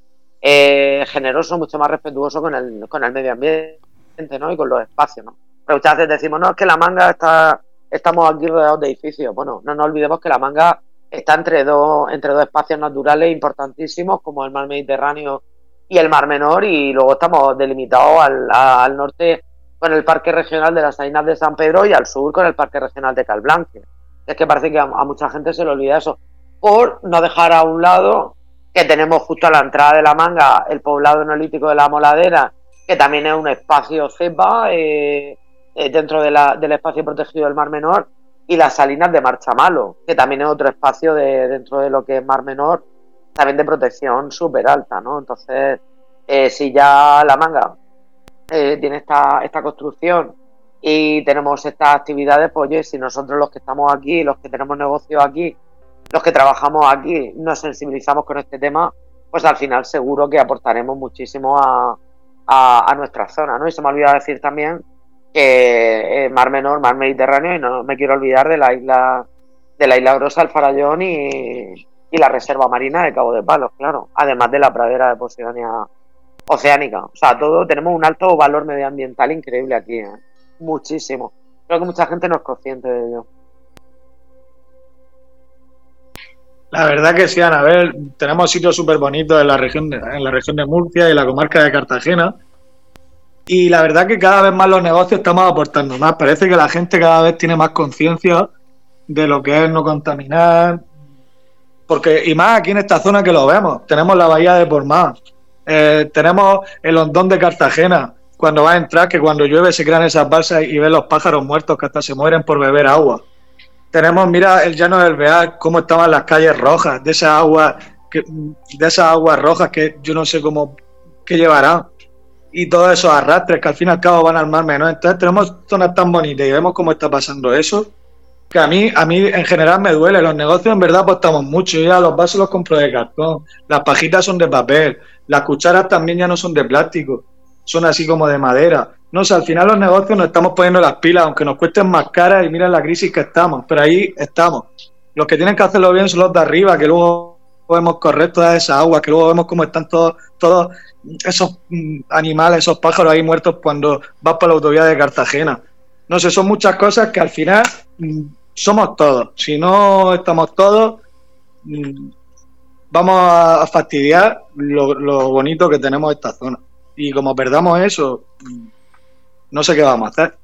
eh, generoso, mucho más respetuoso con el, con el medio ambiente, ¿no? Y con los espacios, ¿no? Pero muchas veces decimos, no, es que La Manga está, estamos aquí rodeados de edificios. Bueno, no nos olvidemos que La Manga está entre dos, entre dos espacios naturales importantísimos, como el mar Mediterráneo y el mar Menor, y luego estamos delimitados al, a- al norte con el Parque Regional de las Salinas de San Pedro y al sur con el Parque Regional de Calblanque. Es que parece que a, a mucha gente se le olvida eso. Por no dejar a un lado que tenemos justo a la entrada de La Manga el poblado neolítico de la Moladera, que también es un espacio cepa eh, eh, dentro de la, del espacio protegido del Mar Menor, y las Salinas de Marchamalo, que también es otro espacio de, dentro de lo que es Mar Menor, también de protección súper alta, ¿no? Entonces, eh, si ya La Manga eh, tiene esta, esta construcción y tenemos estas actividades, pues oye, si nosotros los que estamos aquí, los que tenemos negocios aquí, los que trabajamos aquí, nos sensibilizamos con este tema, pues al final seguro que aportaremos muchísimo a, a, a nuestra zona, ¿no? Y se me ha olvidado decir también que eh, Mar Menor, Mar Mediterráneo, y no me quiero olvidar de la isla de la isla Grosa, el Farallón y, y la Reserva Marina de Cabo de Palos, claro, además de la pradera de Posidonia oceánica. O sea, todo tenemos un alto valor medioambiental increíble aquí, ¿eh? Muchísimo. Creo que mucha gente no es consciente de ello. La verdad que sí, Anabel, tenemos sitios súper bonitos en la región de, en la región de Murcia y la comarca de Cartagena. Y la verdad que cada vez más los negocios estamos aportando más. Parece que la gente cada vez tiene más conciencia de lo que es no contaminar. Porque, y más aquí en esta zona que lo vemos, tenemos la bahía de Portmán, eh, tenemos el hondón de Cartagena, cuando va a entrar, que cuando llueve se crean esas balsas y ven los pájaros muertos que hasta se mueren por beber agua. Tenemos, mira, el llano del Beal, cómo estaban las calles rojas, de esas aguas, que, de esas aguas rojas que yo no sé cómo, qué llevarán. Y todos esos arrastres que al fin y al cabo van al Mar Menor. Entonces tenemos zonas tan bonitas y vemos cómo está pasando eso, que a mí, a mí en general me duele. Los negocios en verdad apostamos mucho. Yo ya los vasos los compro de cartón, las pajitas son de papel, las cucharas también ya no son de plástico, son así como de madera. No sé, al final los negocios nos estamos poniendo las pilas, aunque nos cuesten más caras, y mira la crisis que estamos, pero ahí estamos. Los que tienen que hacerlo bien son los de arriba, que luego vemos correr toda esa agua, que luego vemos cómo están todos, todos esos mm, animales, esos pájaros ahí muertos cuando vas por la autovía de Cartagena. No sé, son muchas cosas que al final mm, somos todos. Si no estamos todos, mm, vamos a, a fastidiar lo, lo bonito que tenemos esta zona. Y como perdamos eso, mm, no sé qué vamos a hacer.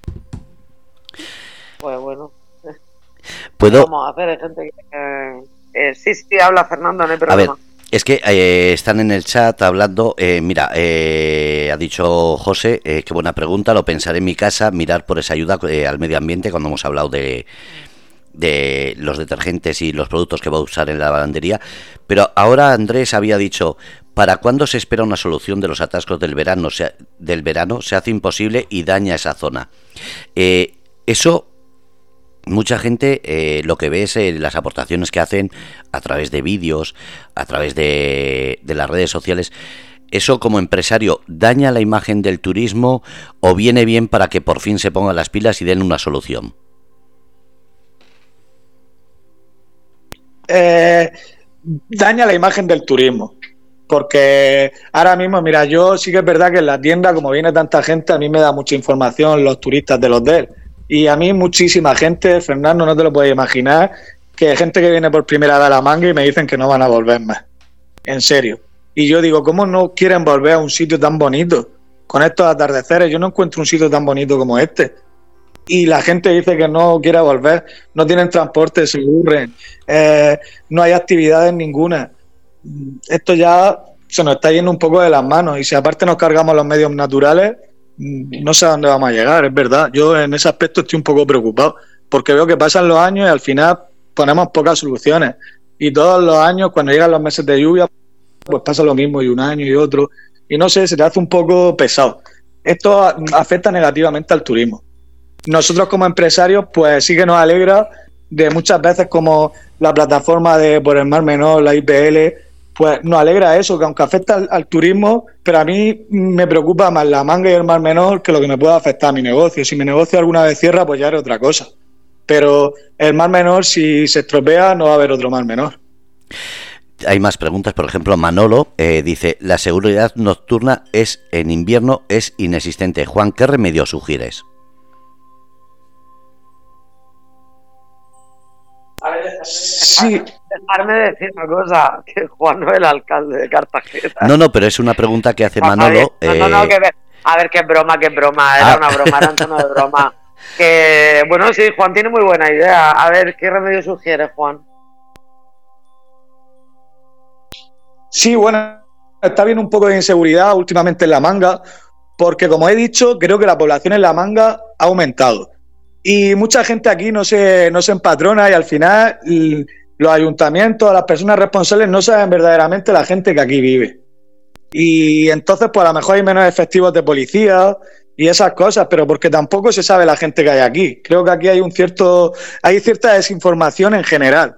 Pues bueno, ¿Puedo? vamos a hacer, hay gente que... Eh, eh, sí, sí, habla Fernando, no hay A ver, problema. es que eh, están en el chat hablando, eh, mira, eh, ha dicho José, eh, qué buena pregunta, lo pensaré en mi casa, mirar por esa ayuda eh, al medio ambiente cuando hemos hablado de, de los detergentes y los productos que va a usar en la lavandería. Pero ahora Andrés había dicho, ¿para cuándo se espera una solución de los atascos del verano? Se, del verano se hace imposible y daña esa zona. Eh, Eso, mucha gente eh, lo que ve es eh, las aportaciones que hacen a través de vídeos, a través de, de las redes sociales. ¿Eso como empresario daña la imagen del turismo o viene bien para que por fin se pongan las pilas y den una solución? Eh, daña la imagen del turismo. Porque ahora mismo, mira, yo sí que es verdad que en la tienda, como viene tanta gente, a mí me da mucha información los turistas del hotel. Y a mí muchísima gente, Fernando, no te lo puedes imaginar, que hay gente que viene por primera vez a La Manga y me dicen que no van a volver más. En serio. Y yo digo, ¿cómo no quieren volver a un sitio tan bonito? Con estos atardeceres, yo no encuentro un sitio tan bonito como este. Y la gente dice que no quiere volver, no tienen transporte, se aburren, eh, no hay actividades ninguna. Esto ya se nos está yendo un poco de las manos y si aparte nos cargamos los medios naturales, no sé a dónde vamos a llegar, es verdad. Yo en ese aspecto estoy un poco preocupado porque veo que pasan los años y al final ponemos pocas soluciones y todos los años cuando llegan los meses de lluvia pues pasa lo mismo y un año y otro y no sé, se te hace un poco pesado. Esto afecta negativamente al turismo. Nosotros como empresarios pues sí que nos alegra de muchas veces como la plataforma de Por el Mar Menor, la I P L, pues nos alegra eso, que aunque afecta al, al turismo, pero a mí me preocupa más La Manga y el Mar Menor que lo que me pueda afectar a mi negocio. Si mi negocio alguna vez cierra, pues ya era otra cosa. Pero el Mar Menor, si se estropea, no va a haber otro Mar Menor. Hay más preguntas, por ejemplo, Manolo eh, dice, la seguridad nocturna es en invierno es inexistente. Juan, ¿qué remedio sugieres? A ver, sí. Dejarme decir una cosa, que Juan no es el alcalde de Cartagena. No, no, pero es una pregunta que hace Manolo. No, no, no, eh... que ver. A ver, qué broma, qué broma, era ah. una broma, era un tono de broma. Que, bueno, sí, Juan tiene muy buena idea. A ver, ¿qué remedio sugiere, Juan? Sí, bueno, está bien un poco de inseguridad últimamente en La Manga, porque como he dicho, creo que la población en La Manga ha aumentado. Y mucha gente aquí no se, no se empatrona y al final los ayuntamientos, las personas responsables no saben verdaderamente la gente que aquí vive. Y entonces pues a lo mejor hay menos efectivos de policía y esas cosas, pero porque tampoco se sabe la gente que hay aquí. Creo que aquí hay un cierto, hay cierta desinformación en general.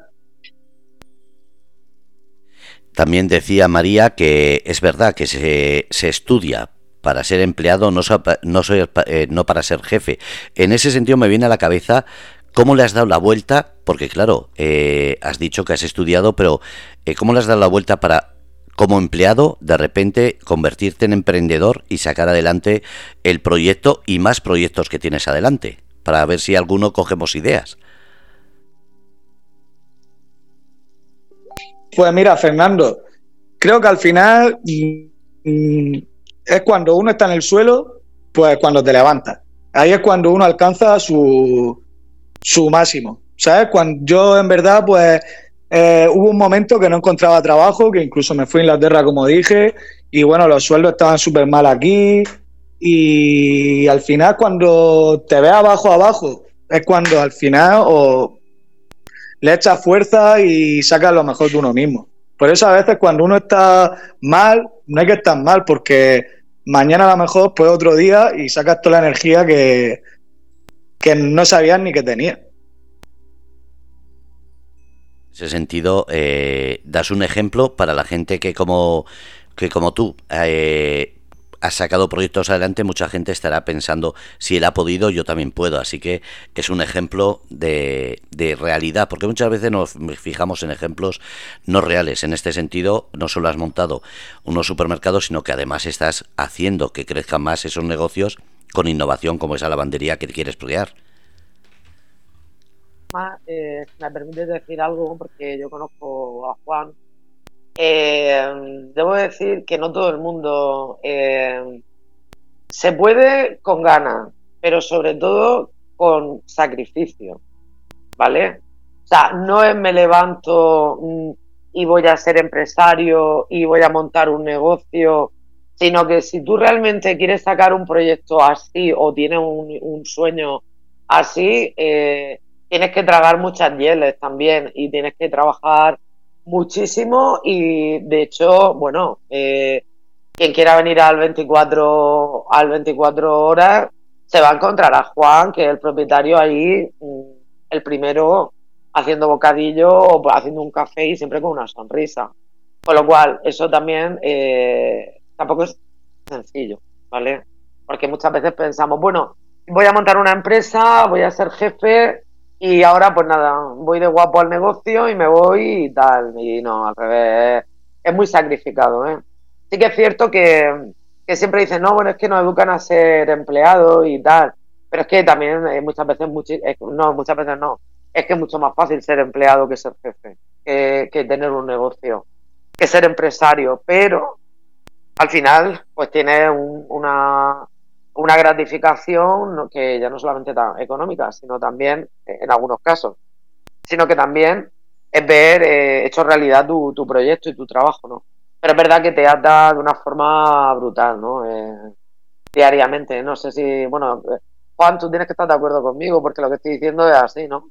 También decía María que es verdad que se, se estudia para ser empleado, no, no, soy, eh, no para ser jefe. En ese sentido me viene a la cabeza cómo le has dado la vuelta, porque claro, eh, has dicho que has estudiado, pero eh, cómo le has dado la vuelta para, como empleado, de repente convertirte en emprendedor y sacar adelante el proyecto y más proyectos que tienes adelante, para ver si alguno cogemos ideas. Pues mira, Fernando, creo que al final mmm, es cuando uno está en el suelo, pues cuando te levantas. Ahí es cuando uno alcanza su, su máximo, ¿sabes? Cuando yo en verdad, pues eh, hubo un momento que no encontraba trabajo, que incluso me fui a Inglaterra, como dije, y bueno, los sueldos estaban súper mal aquí, y al final cuando te ves abajo, abajo, es cuando al final o le echas fuerza y sacas lo mejor de uno mismo. Por eso a veces cuando uno está mal, no hay que estar mal, porque mañana a lo mejor pues otro día y sacas toda la energía que, que no sabías ni que tenías. En ese sentido, eh, das un ejemplo para la gente que como, que como tú eh, has sacado proyectos adelante. Mucha gente estará pensando, si él ha podido, yo también puedo. Así que es un ejemplo de, de realidad, porque muchas veces nos fijamos en ejemplos no reales. En este sentido, no solo has montado unos supermercados, sino que además estás haciendo que crezcan más esos negocios con innovación, como esa lavandería que quieres crear. Eh, me permites decir algo, porque yo conozco a Juan. Eh, debo decir que no todo el mundo eh, se puede con ganas, pero sobre todo con sacrificio, ¿vale? O sea, no es me levanto mm, y voy a ser empresario y voy a montar un negocio, sino que si tú realmente quieres sacar un proyecto así o tienes un, un sueño así, eh, tienes que tragar muchas hieles también y tienes que trabajar muchísimo. Y de hecho, bueno, eh, quien quiera venir al veinticuatro al veinticuatro horas, se va a encontrar a Juan, que es el propietario ahí, el primero haciendo bocadillo o haciendo un café y siempre con una sonrisa. Con lo cual, eso también eh, tampoco es sencillo, ¿vale? Porque muchas veces pensamos, bueno, voy a montar una empresa, voy a ser jefe y ahora pues nada, voy de guapo al negocio y me voy y tal. Y no, al revés, es muy sacrificado, ¿eh? Sí que es cierto que, que siempre dicen, no, bueno, es que nos educan a ser empleados y tal. Pero es que también eh, muchas veces, muchi- eh, no, muchas veces no, es que es mucho más fácil ser empleado que ser jefe, que, que tener un negocio, que ser empresario. Pero al final, pues tiene un- una, una gratificación ¿no? que ya no solamente tan económica, sino también, eh, en algunos casos, sino que también es ver eh, hecho realidad tu, tu proyecto y tu trabajo, ¿no? Pero es verdad que te ata de una forma brutal, ¿no? Eh, diariamente. No sé si, bueno, eh, Juan, tú tienes que estar de acuerdo conmigo, porque lo que estoy diciendo es así, ¿no?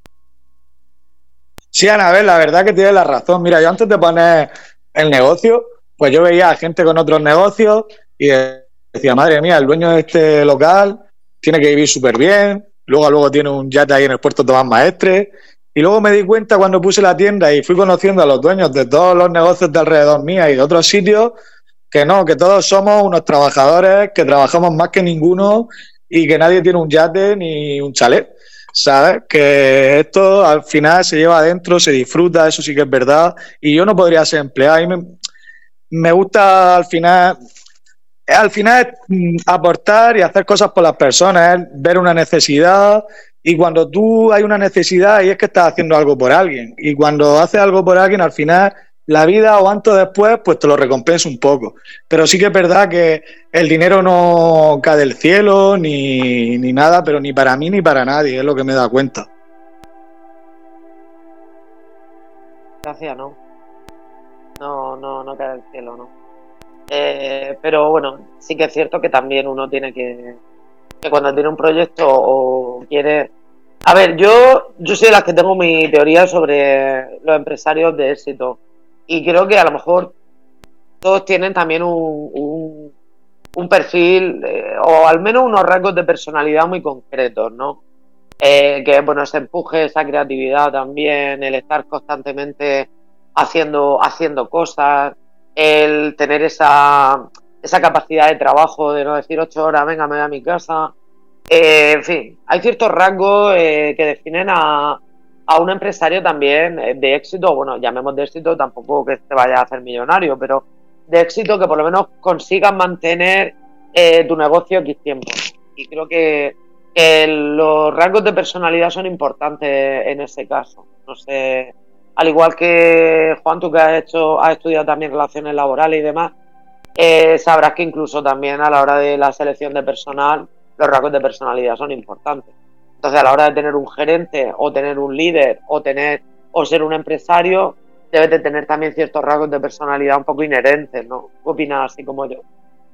Sí, Anabel, la verdad que tienes la razón. Mira, yo antes de poner el negocio, pues yo veía a gente con otros negocios y decía, madre mía, el dueño de este local tiene que vivir súper bien, luego luego tiene un yate ahí en el puerto Tomás Maestre. Y luego me di cuenta cuando puse la tienda y fui conociendo a los dueños de todos los negocios de alrededor mía y de otros sitios, que no, que todos somos unos trabajadores, que trabajamos más que ninguno y que nadie tiene un yate ni un chalet. ¿Sabes? Que esto al final se lleva adentro, se disfruta, eso sí que es verdad. Y yo no podría ser empleado. A mí me, me gusta al final, al final es mm, aportar y hacer cosas por las personas, es ver una necesidad. Y cuando tú hay una necesidad, ahí es que estás haciendo algo por alguien. Y cuando haces algo por alguien, al final la vida o antes o después, pues te lo recompensa un poco. Pero sí que es verdad que el dinero no cae del cielo ni, ni nada, pero ni para mí ni para nadie, es lo que me he dado cuenta. Gracias, ¿no? No, no, no cae del cielo, ¿no? Eh, pero bueno, sí que es cierto que también uno tiene que, que cuando tiene un proyecto o quiere... A ver, yo, yo soy de las que tengo mi teoría sobre los empresarios de éxito y creo que a lo mejor todos tienen también un, un, un perfil eh, o al menos unos rasgos de personalidad muy concretos, ¿no? Eh, que bueno, ese empuje, esa creatividad también, el estar constantemente haciendo, haciendo cosas, el tener esa, esa capacidad de trabajo de no decir ocho horas, venga, me voy a mi casa. Eh, en fin, hay ciertos rasgos eh, que definen a, a un empresario también eh, de éxito, bueno, llamemos de éxito, tampoco que te vaya a hacer millonario, pero de éxito que por lo menos consigas mantener eh, tu negocio X tiempo. Y creo que, que los rasgos de personalidad son importantes en ese caso. No sé, al igual que Juan, tú que has hecho, has estudiado también relaciones laborales y demás, eh, sabrás que incluso también a la hora de la selección de personal, los rasgos de personalidad son importantes. Entonces, a la hora de tener un gerente o tener un líder o tener o ser un empresario, debes de tener también ciertos rasgos de personalidad un poco inherentes, ¿no? ¿Qué opinas así como yo?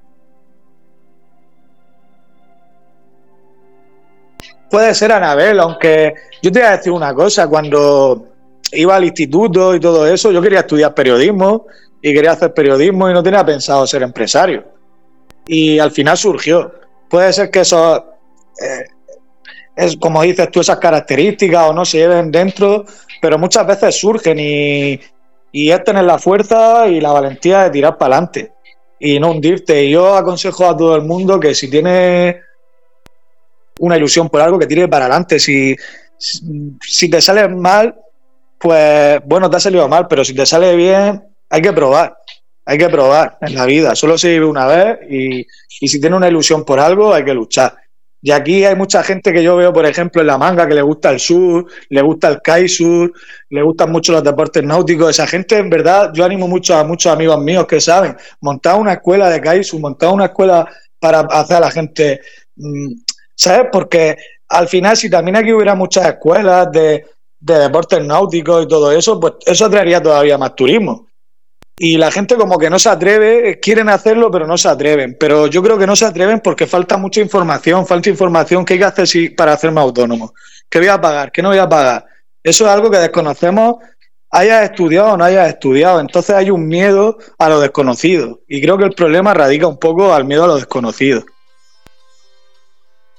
Puede ser, Anabel, aunque yo te voy a decir una cosa, cuando iba al instituto y todo eso, yo quería estudiar periodismo y quería hacer periodismo y no tenía pensado ser empresario. Y al final surgió. Puede ser que eso, eh, es como dices tú, esas características o no se lleven dentro, pero muchas veces surgen y, y es tener la fuerza y la valentía de tirar para adelante y no hundirte. Y yo aconsejo a todo el mundo que si tiene una ilusión por algo, que tire para adelante. Si, si te sale mal, pues bueno, te ha salido mal, pero si te sale bien, hay que probar. Hay que probar en la vida. Solo se vive una vez y, y si tiene una ilusión por algo, hay que luchar. Y aquí hay mucha gente que yo veo, por ejemplo, en La Manga, que le gusta el surf, le gusta el kitesurf, le gustan mucho los deportes náuticos. Esa gente, en verdad, yo animo mucho a muchos amigos míos que saben montar una escuela de kitesurf, montar una escuela para hacer a la gente... Mmm, ¿sabes? Porque al final, si también aquí hubiera muchas escuelas de, de deportes náuticos y todo eso, pues eso atraería todavía más turismo. Y la gente como que no se atreve, quieren hacerlo, pero no se atreven. Pero yo creo que no se atreven porque falta mucha información, falta información. ¿Qué hay que hacer si, para hacerme autónomo? ¿Qué voy a pagar? ¿Qué no voy a pagar? Eso es algo que desconocemos, hayas estudiado o no hayas estudiado. Entonces hay un miedo a lo desconocido. Y creo que el problema radica un poco al miedo a lo desconocido.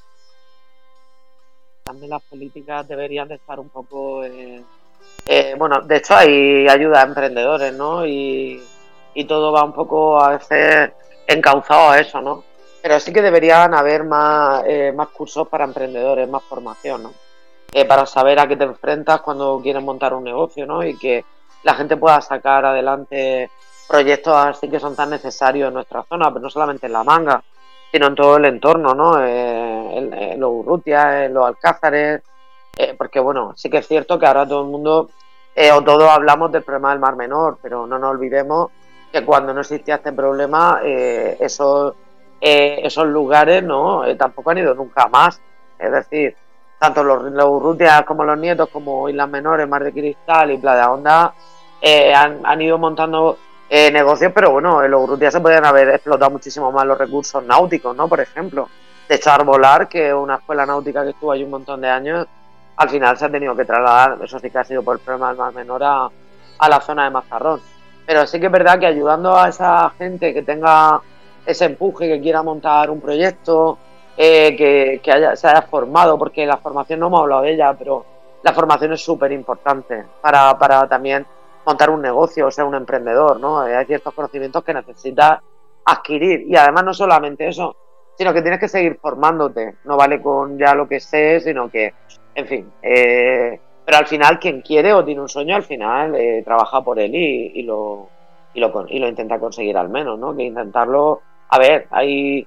también las políticas deberían de estar un poco... Eh, eh, bueno, de hecho hay ayuda a emprendedores, ¿no? Y, y todo va un poco a veces encauzado a eso, ¿no? Pero sí que deberían haber más, eh, más cursos para emprendedores, más formación, ¿no? Eh, para saber a qué te enfrentas cuando quieres montar un negocio, ¿no? Y que la gente pueda sacar adelante proyectos así que son tan necesarios en nuestra zona, pero no solamente en La Manga, sino en todo el entorno, ¿no? Eh, en, en los Urrutia, en los Alcázares, eh, porque bueno, sí que es cierto que ahora todo el mundo eh, o todos hablamos del problema del Mar Menor, pero no nos olvidemos que cuando no existía este problema, eh, esos, eh, esos lugares, ¿no? Eh, tampoco han ido nunca más, es decir, tanto los, los Urrutias como los Nietos, como Islas Menores, Mar de Cristal y Playa Honda, eh, han, han ido montando eh, negocios, pero bueno, en los Urrutias se podrían haber explotado muchísimo más los recursos náuticos, ¿no? Por ejemplo, de hecho Arbolar, que es una escuela náutica que estuvo ahí un montón de años, al final se ha tenido que trasladar, eso sí que ha sido por el problema del Mar Menor, a, a la zona de Mazarrón. Pero sí que es verdad que ayudando a esa gente que tenga ese empuje, que quiera montar un proyecto, Eh, que, que haya, se haya formado, porque la formación no hemos hablado de ella, pero la formación es súper importante para, para también montar un negocio o ser un emprendedor, ¿no? Eh, hay ciertos conocimientos que necesitas adquirir y además no solamente eso, sino que tienes que seguir formándote, no vale con ya lo que sé, sino que, en fin, eh, pero al final quien quiere o tiene un sueño, al final eh, trabaja por él y, y, lo, y, lo, y lo intenta conseguir al menos, ¿no? Que intentarlo, a ver, hay...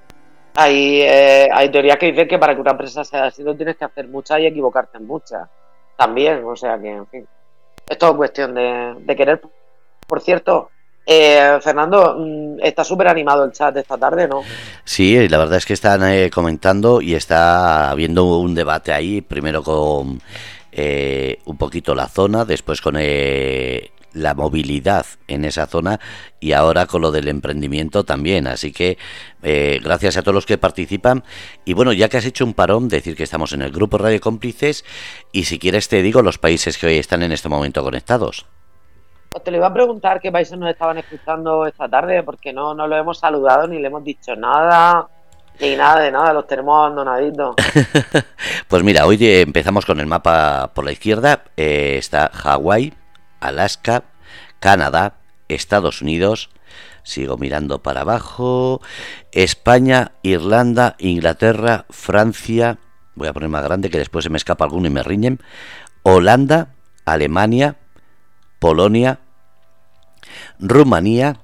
Hay, eh, hay teorías que dicen que para que una empresa sea así tienes que hacer muchas y equivocarte en muchas también, o sea que, en fin, es todo cuestión de, de querer. Por cierto, eh, Fernando, está súper animado el chat de esta tarde, ¿no? Sí, la verdad es que están eh, comentando y está habiendo un debate ahí, primero con eh, un poquito la zona, después con eh, la movilidad en esa zona y ahora con lo del emprendimiento también, así que eh, gracias a todos los que participan. Y bueno, ya que has hecho un parón, decir que estamos en el grupo Radio Cómplices y si quieres te digo los países que hoy están en este momento conectados. Pues te lo iba a preguntar qué países nos estaban escuchando esta tarde, porque no, no lo hemos saludado ni le hemos dicho nada, ni nada de nada, los tenemos abandonaditos. Pues mira, hoy empezamos con el mapa por la izquierda, eh, está Hawái, Alaska, Canadá, Estados Unidos, sigo mirando para abajo, España, Irlanda, Inglaterra, Francia, voy a poner más grande que después se me escapa alguno y me riñen, Holanda, Alemania, Polonia, Rumanía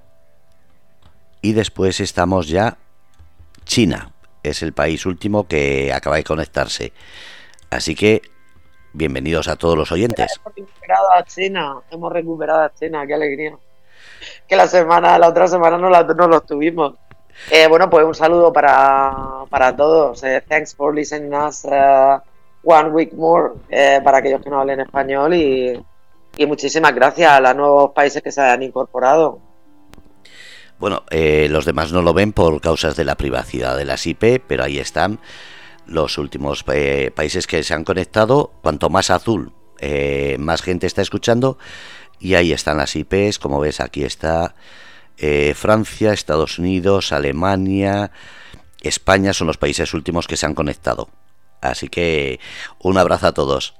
y después estamos ya China, es el país último que acaba de conectarse, así que bienvenidos a todos los oyentes. Hemos recuperado a China, hemos recuperado a China, qué alegría. Que la semana, la otra semana no, la, no los tuvimos. Eh, bueno, pues un saludo para, para todos. Eh, thanks for listening us uh, one week more, eh, para aquellos que no hablen español y, y muchísimas gracias a los nuevos países que se han incorporado. Bueno, eh, los demás no lo ven por causas de la privacidad de las I P, pero ahí están los últimos eh, países que se han conectado. Cuanto más azul, eh, más gente está escuchando y ahí están las I Ps, como ves aquí está eh, Francia, Estados Unidos, Alemania, España, son los países últimos que se han conectado, así que un abrazo a todos.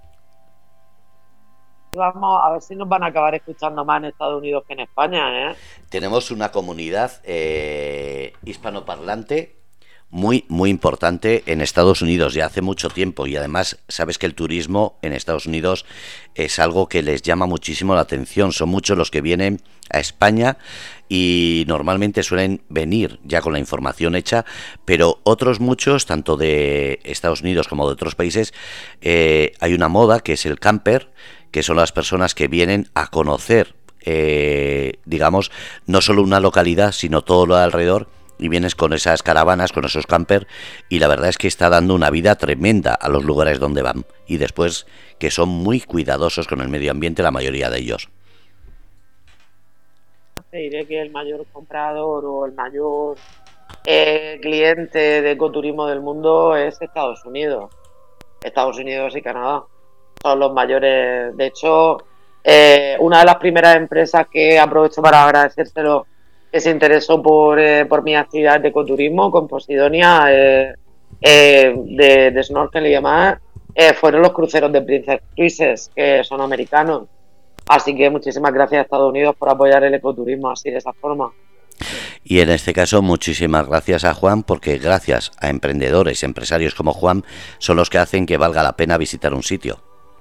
Vamos a ver si nos van a acabar escuchando más en Estados Unidos que en España, ¿eh? Tenemos una comunidad eh, hispanoparlante muy, muy importante en Estados Unidos ya hace mucho tiempo y además sabes que el turismo en Estados Unidos es algo que les llama muchísimo la atención. Son muchos los que vienen a España y normalmente suelen venir ya con la información hecha, pero otros muchos, tanto de Estados Unidos como de otros países, eh, hay una moda que es el camper, que son las personas que vienen a conocer, eh, digamos, no solo una localidad, sino todo lo de alrededor, y vienes con esas caravanas, con esos camper, y la verdad es que está dando una vida tremenda a los lugares donde van, y después que son muy cuidadosos con el medio ambiente la mayoría de ellos. Te diré que el mayor comprador o el mayor eh, cliente de ecoturismo del mundo es Estados Unidos. Estados Unidos y Canadá son los mayores. De hecho, eh, una de las primeras empresas que aprovecho para agradecérselo que se interesó por, eh, por mi actividad de ecoturismo con Posidonia, eh, eh, de, de snorkel y demás, eh, fueron los cruceros de Princess Cruises, que son americanos. Así que muchísimas gracias a Estados Unidos por apoyar el ecoturismo así, de esa forma. Y en este caso, muchísimas gracias a Juan, porque gracias a emprendedores, empresarios como Juan, son los que hacen que valga la pena visitar un sitio.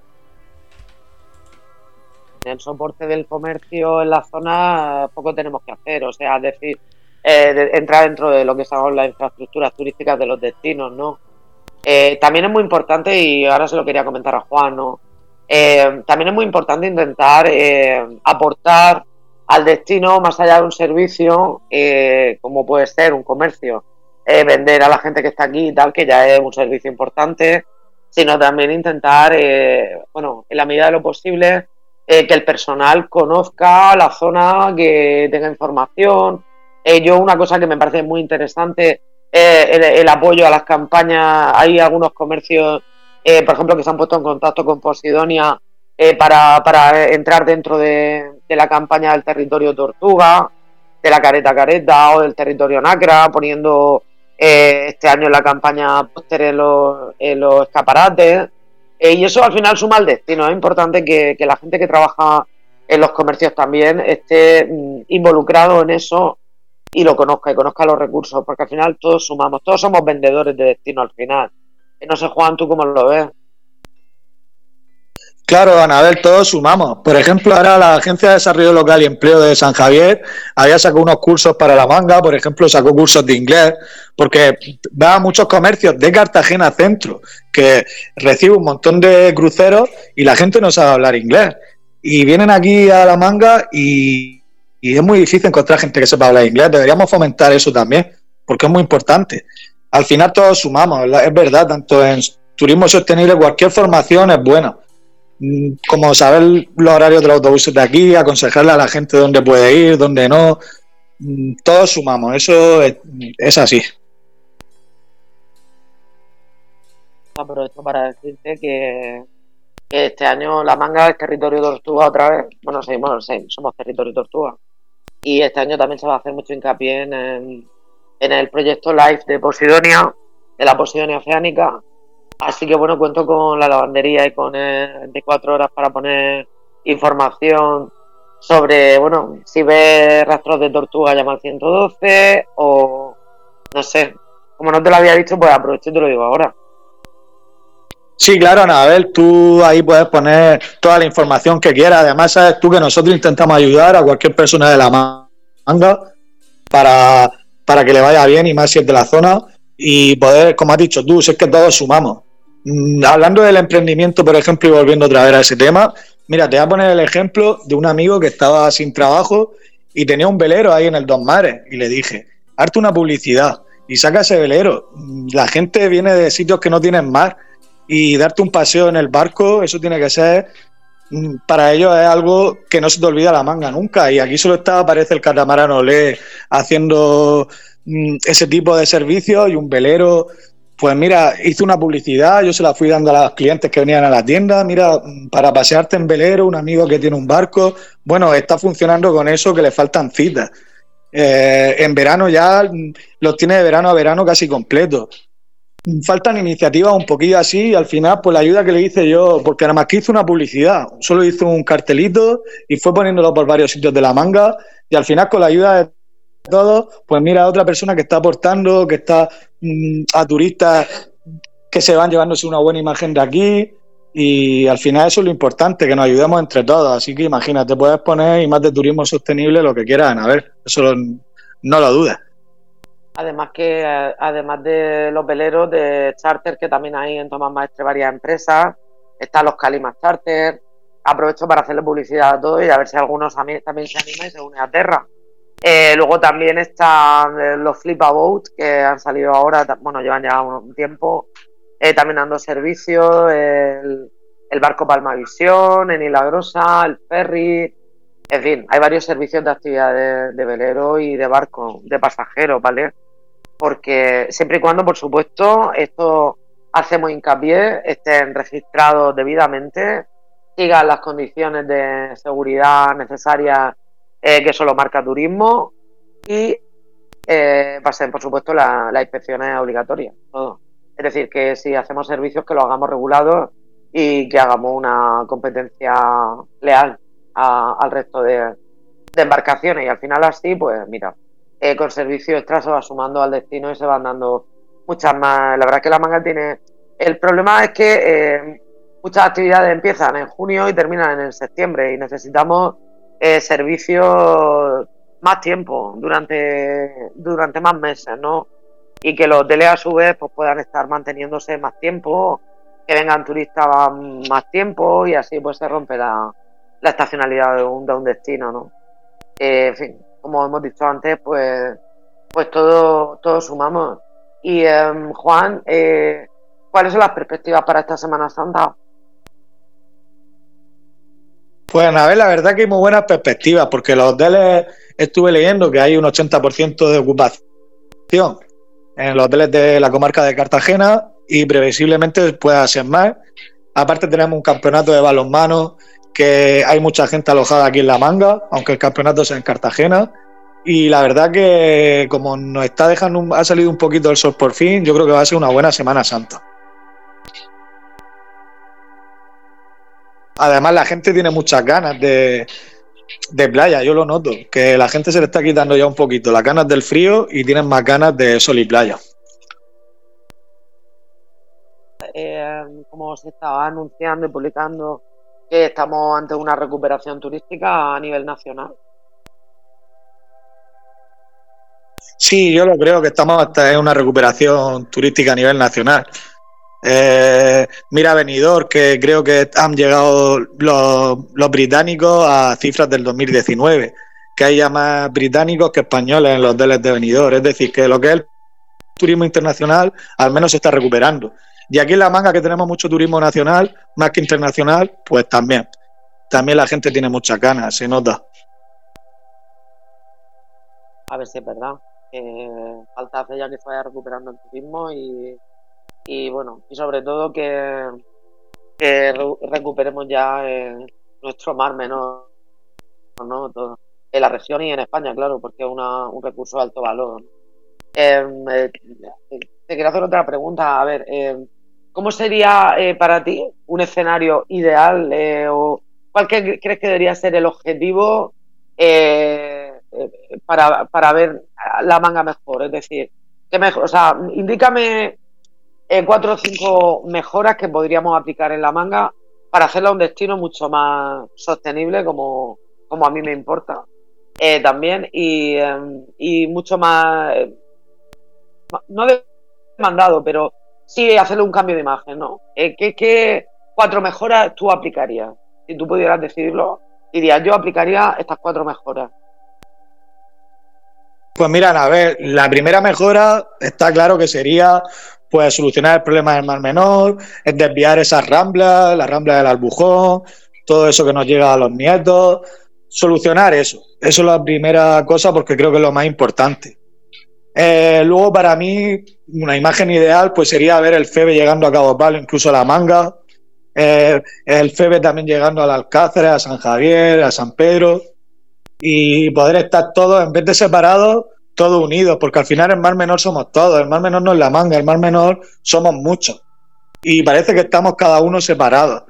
En el soporte del comercio en la zona poco tenemos que hacer, o sea, es decir, eh, de, entrar dentro de lo que son las infraestructuras turísticas de los destinos, ¿no? Eh, también es muy importante, y ahora se lo quería comentar a Juan, ¿no? Eh, también es muy importante intentar eh, aportar al destino más allá de un servicio, eh, como puede ser un comercio, eh, vender a la gente que está aquí y tal, que ya es un servicio importante, sino también intentar, eh, bueno, en la medida de lo posible, eh, que el personal conozca la zona, que tenga información. Eh, yo una cosa que me parece muy interesante eh, el, el apoyo a las campañas. Hay algunos comercios, eh, por ejemplo, que se han puesto en contacto con Posidonia eh, para, para entrar dentro de, de la campaña del territorio Tortuga, de la Careta Careta o del territorio Nacra, poniendo eh, este año en la campaña póster en los, en los escaparates. Eh, y eso al final suma al destino. Es importante que, que la gente que trabaja en los comercios también esté mm, involucrado en eso y lo conozca, y conozca los recursos, porque al final todos sumamos, todos somos vendedores de destino al final. No sé, Juan, ¿tú cómo lo ves? Claro, Anabel, todos sumamos. Por ejemplo, ahora la Agencia de Desarrollo Local y Empleo de San Javier había sacado unos cursos para la manga, por ejemplo, sacó cursos de inglés, porque va a muchos comercios de Cartagena Centro, que recibe un montón de cruceros y la gente no sabe hablar inglés. Y vienen aquí a la manga y, y es muy difícil encontrar gente que sepa hablar inglés. Deberíamos fomentar eso también, porque es muy importante. Al final todos sumamos, es verdad, tanto en turismo sostenible, cualquier formación es buena. Como saber los horarios de los autobuses de aquí, aconsejarle a la gente dónde puede ir, dónde no. Todos sumamos, eso es, es así. Aprovecho para decirte que este año La Manga es territorio Tortuga otra vez. Bueno, sí, bueno, sí, somos territorio Tortuga. Y este año también se va a hacer mucho hincapié en el, en el proyecto LIFE de Posidonia, de la Posidonia Oceánica. Así que bueno, cuento con la lavandería y con el veinticuatro horas para poner información sobre, bueno, si ves rastros de tortuga, llama al ciento doce, o no sé, como no te lo había dicho, pues aprovecho y te lo digo ahora. Sí, claro, Anabel, tú ahí puedes poner toda la información que quieras. Además, sabes tú que nosotros intentamos ayudar a cualquier persona de la manga para, para que le vaya bien, y más si es de la zona, y poder, como has dicho tú, si es que todos sumamos. Mm, hablando del emprendimiento, por ejemplo, y volviendo otra vez a ese tema, mira, te voy a poner el ejemplo de un amigo que estaba sin trabajo y tenía un velero ahí en el Dos Mares, y le dije, hazte una publicidad y saca ese velero. La gente viene de sitios que no tienen mar, y darte un paseo en el barco, eso tiene que ser, para ellos es algo que no se te olvida la manga nunca. Y aquí solo está, aparece el catamarán Olé haciendo mm, ese tipo de servicios, y un velero. Pues mira, hice una publicidad, yo se la fui dando a los clientes que venían a la tienda. Mira, para pasearte en velero, un amigo que tiene un barco. Bueno, está funcionando con eso, que le faltan citas. Eh, en verano ya los tiene de verano a verano casi completos. Faltan iniciativas un poquillo así, y al final pues la ayuda que le hice yo, porque nada más que hizo una publicidad, solo hizo un cartelito y fue poniéndolo por varios sitios de la manga, y al final con la ayuda de todos, pues mira, otra persona que está aportando, que está mmm, a turistas que se van llevándose una buena imagen de aquí, y al final eso es lo importante, que nos ayudemos entre todos. Así que imagínate, puedes poner y más de turismo sostenible lo que quieras, a ver, eso lo, no lo dudes. Además que, además de los veleros de charter, que también hay en Tomás Maestre varias empresas, están los Calimas Charter. Aprovecho para hacerle publicidad a todo y a ver si algunos también se anima y se une a Terra. Eh, luego también están los Flip a Boat, que han salido ahora, bueno, llevan ya un tiempo, eh, también dando servicio, el, el barco Palmavisión, en Isla Grosa, el ferry. En fin, hay varios servicios de actividad de, de velero y de barco, de pasajeros, ¿vale? Porque siempre y cuando, por supuesto, esto hacemos hincapié, estén registrados debidamente, sigan las condiciones de seguridad necesarias eh, que solo marca turismo, y eh, pasen, por supuesto, la, las inspecciones obligatorias. Todo. Es decir, que si hacemos servicios que lo hagamos regulados y que hagamos una competencia leal a, al resto de, de embarcaciones. Y al final así, pues mira, eh, con servicio extra se va sumando al destino y se van dando muchas más. La verdad es que la manga tiene... El problema es que eh, muchas actividades empiezan en junio y terminan en septiembre y necesitamos eh, servicios más tiempo, durante, durante más meses, ¿no? Y que los hoteles a su vez pues, puedan estar manteniéndose más tiempo, que vengan turistas más tiempo y así pues se rompe la, la estacionalidad de un, de un destino, ¿no? Eh, en fin, como hemos dicho antes, pues, pues todo, todo sumamos. Y eh, Juan, eh, ¿cuáles son las perspectivas para esta Semana Santa? Pues a ver, la verdad que hay muy buenas perspectivas, porque los hoteles, estuve leyendo que hay un ochenta por ciento de ocupación en los hoteles de la comarca de Cartagena y previsiblemente pueda ser más. Aparte tenemos un campeonato de balonmano que hay mucha gente alojada aquí en La Manga, aunque el campeonato sea en Cartagena. Y la verdad que como nos está dejando, un, ha salido un poquito el sol por fin, yo creo que va a ser una buena Semana Santa. Además la gente tiene muchas ganas de, de playa, yo lo noto, que la gente se le está quitando ya un poquito las ganas del frío y tienen más ganas de sol y playa. Eh, como se estaba anunciando y publicando, que estamos ante una recuperación turística a nivel nacional. Sí, yo lo creo que estamos hasta en una recuperación turística a nivel nacional. Eh, mira Benidorm, que creo que han llegado los, los británicos a cifras del dos mil diecinueve, que hay ya más británicos que españoles en los hoteles de Benidorm. Es decir, que lo que es el turismo internacional al menos se está recuperando. Y aquí en La Manga, que tenemos mucho turismo nacional, más que internacional, pues también. También la gente tiene muchas ganas, se nota. A ver si es verdad. Eh, falta hacer ya que se vaya recuperando el turismo y, y bueno, y sobre todo que, que re- recuperemos ya eh, nuestro mar menor, ¿no? Todo, en la región y en España, claro, porque es una, un recurso de alto valor. Eh, eh, te quiero hacer otra pregunta. A ver, eh, ¿cómo sería eh, para ti un escenario ideal eh, o cuál que- crees que debería ser el objetivo eh, eh, para, para ver la manga mejor? Es decir, ¿qué mejor? O sea, indícame eh, cuatro o cinco mejoras que podríamos aplicar en la manga para hacerla un destino mucho más sostenible, como, como a mí me importa eh, también, y, eh, y mucho más, eh, no demandado, pero sí hacerle un cambio de imagen, ¿no? Eh, ¿qué, qué cuatro mejoras tú aplicarías? Si tú pudieras decidirlo, dirías, yo aplicaría estas cuatro mejoras. Pues mira, a ver, la primera mejora está claro que sería pues solucionar el problema del Mar Menor, es desviar esas ramblas, la rambla del Albujón, todo eso que nos llega a los nietos, solucionar eso. Eso es la primera cosa porque creo que es lo más importante. Eh, luego para mí una imagen ideal pues sería ver el Febe llegando a Cabo Palo, incluso a La Manga, eh, el Febe también llegando al Alcázar, a San Javier, a San Pedro, y poder estar todos, en vez de separados, todos unidos, porque al final el Mar Menor somos todos, el Mar Menor no es La Manga, el Mar Menor somos muchos, y parece que estamos cada uno separados.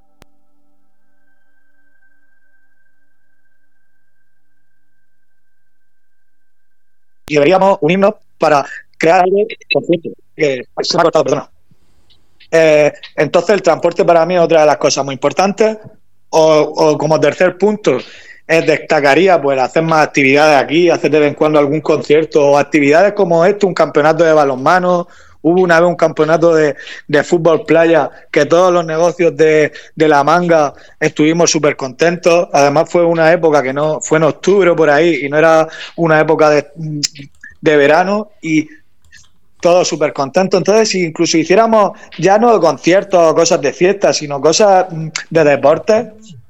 Y deberíamos unirnos para crear algo conjunto. Que se me ha cortado, perdona. Eh, entonces el transporte para mí es otra de las cosas muy importantes. O, o como tercer punto, eh, destacaría pues hacer más actividades aquí, hacer de vez en cuando algún concierto o actividades como esto, un campeonato de balonmano. Hubo una vez un campeonato de, de fútbol playa que todos los negocios de, de La Manga estuvimos súper contentos. Además fue una época que no fue en octubre por ahí y no era una época de, de verano y todos súper contentos. Entonces, si incluso hiciéramos ya no conciertos o cosas de fiesta, sino cosas de deportes,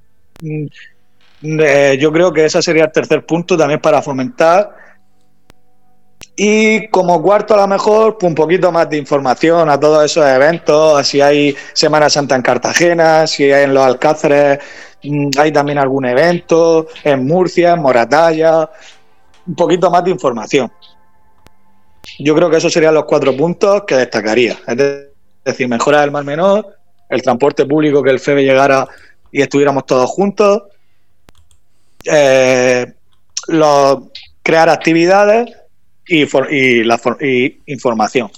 eh, yo creo que ese sería el tercer punto también para fomentar. Y como cuarto, a lo mejor, pues un poquito más de información a todos esos eventos, si hay Semana Santa en Cartagena, si hay en los Alcázares, hay también algún evento, en Murcia, en Moratalla, un poquito más de información. Yo creo que esos serían los cuatro puntos que destacaría. Es decir, mejora del Mar Menor, el transporte público, que el F E B E llegara y estuviéramos todos juntos, eh, los, crear actividades y, for, y, la, y información.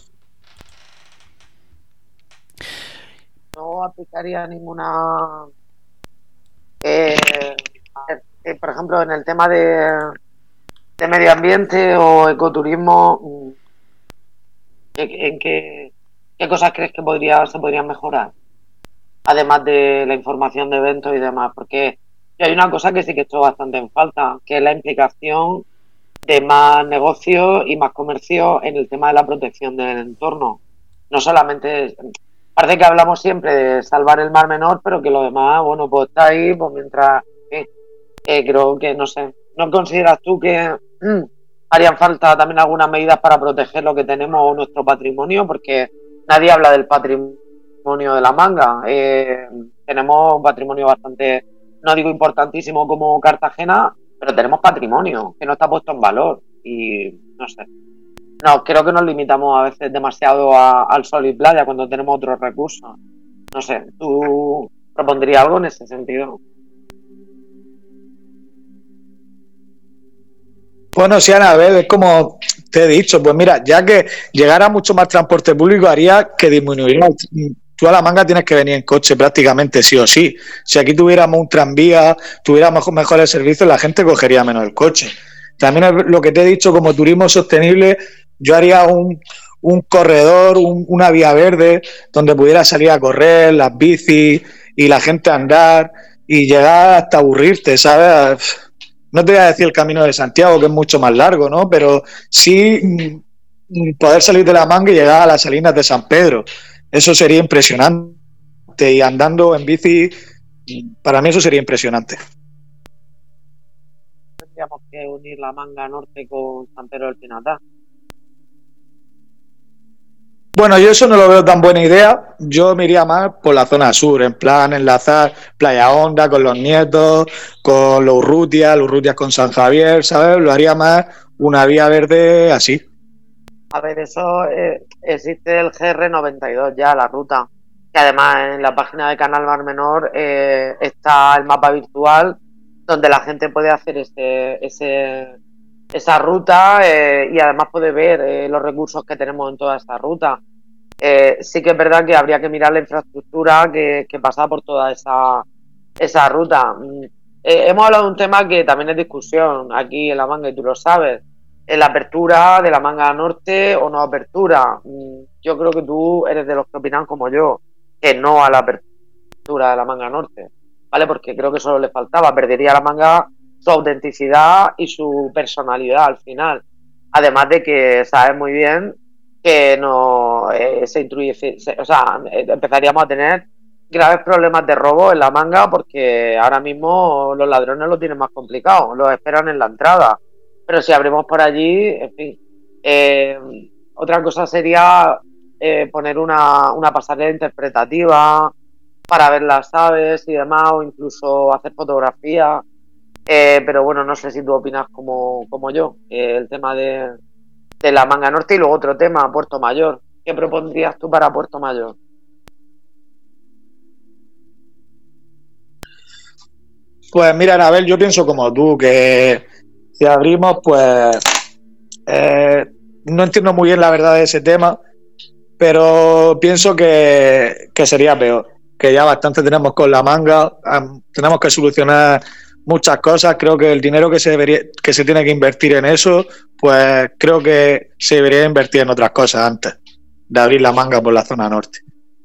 No aplicaría ninguna... Eh, eh, por ejemplo, en el tema de, de medio ambiente o ecoturismo, ¿en, en qué, qué cosas crees que podría, se podrían mejorar? Además de la información de eventos y demás, porque hay una cosa que sí que he hecho bastante en falta, que es la implicación de más negocios y más comercio en el tema de la protección del entorno. No solamente... Parece que hablamos siempre de salvar el Mar Menor, pero que lo demás, bueno, pues está ahí, pues mientras... Eh, eh, creo que, no sé, ¿no consideras tú que mm, harían falta también algunas medidas para proteger lo que tenemos o nuestro patrimonio? Porque nadie habla del patrimonio de La Manga. Eh, tenemos un patrimonio bastante, no digo importantísimo como Cartagena, pero tenemos patrimonio que no está puesto en valor y no sé. No, creo que nos limitamos a veces demasiado a, al sol y playa cuando tenemos otros recursos. No sé, ¿tú propondrías algo en ese sentido? Bueno, sí, Ana, a ver, es como te he dicho, pues mira, ya que llegara mucho más transporte público haría que disminuiría. Tú a La Manga tienes que venir en coche prácticamente sí o sí. Si aquí tuviéramos un tranvía, tuviéramos mejores servicios, la gente cogería menos el coche. También es lo que te he dicho, como turismo sostenible, yo haría un, un corredor, un, una vía verde, donde pudiera salir a correr, las bicis y la gente a andar y llegar hasta aburrirte, ¿sabes? No te voy a decir el Camino de Santiago, que es mucho más largo, ¿no? Pero sí poder salir de La Manga y llegar a las Salinas de San Pedro. Eso sería impresionante. Y andando en bici, para mí eso sería impresionante. Tendríamos que unir La Manga Norte con San Pedro del Pinatar. Bueno, yo eso no lo veo tan buena idea. Yo me iría más por la zona sur, en plan enlazar Playa Honda con los Nietos, con los Urrutia, los Urrutia con San Javier, ¿sabes? Lo haría más una vía verde así. A ver, eso eh, existe el G R noventa y dos ya, la ruta. Que además en la página de Canal Mar Menor eh, está el mapa virtual donde la gente puede hacer ese, ese, esa ruta eh, y además puede ver eh, los recursos que tenemos en toda esta ruta. Eh, sí que es verdad que habría que mirar la infraestructura que, que pasa por toda esa, esa ruta. Eh, hemos hablado de un tema que también es discusión aquí en La Manga y tú lo sabes. En la apertura de La Manga Norte o no apertura. Yo creo que tú eres de los que opinan como yo, que no a la apertura de La Manga Norte, ¿vale? Porque creo que solo le faltaba. Perdería La Manga su autenticidad y su personalidad al final. Además de que sabes muy bien que no eh, se introduce, se, o sea, empezaríamos a tener graves problemas de robo en La Manga porque ahora mismo los ladrones lo tienen más complicado, los esperan en la entrada. Pero si abrimos por allí, en fin. Eh, otra cosa sería eh, poner una, una pasarela interpretativa para ver las aves y demás, o incluso hacer fotografías. Eh, pero bueno, no sé si tú opinas como, como yo, eh, el tema de, de La Manga Norte. Y luego otro tema, Puerto Mayor. ¿Qué propondrías tú para Puerto Mayor? Pues mira, Anabel, yo pienso como tú, que si abrimos, pues eh, no entiendo muy bien la verdad de ese tema, pero pienso que, que sería peor, que ya bastante tenemos con La Manga, um, tenemos que solucionar muchas cosas. Creo que el dinero que se debería, que se tiene que invertir en eso, pues creo que se debería invertir en otras cosas antes de abrir La Manga por la zona norte.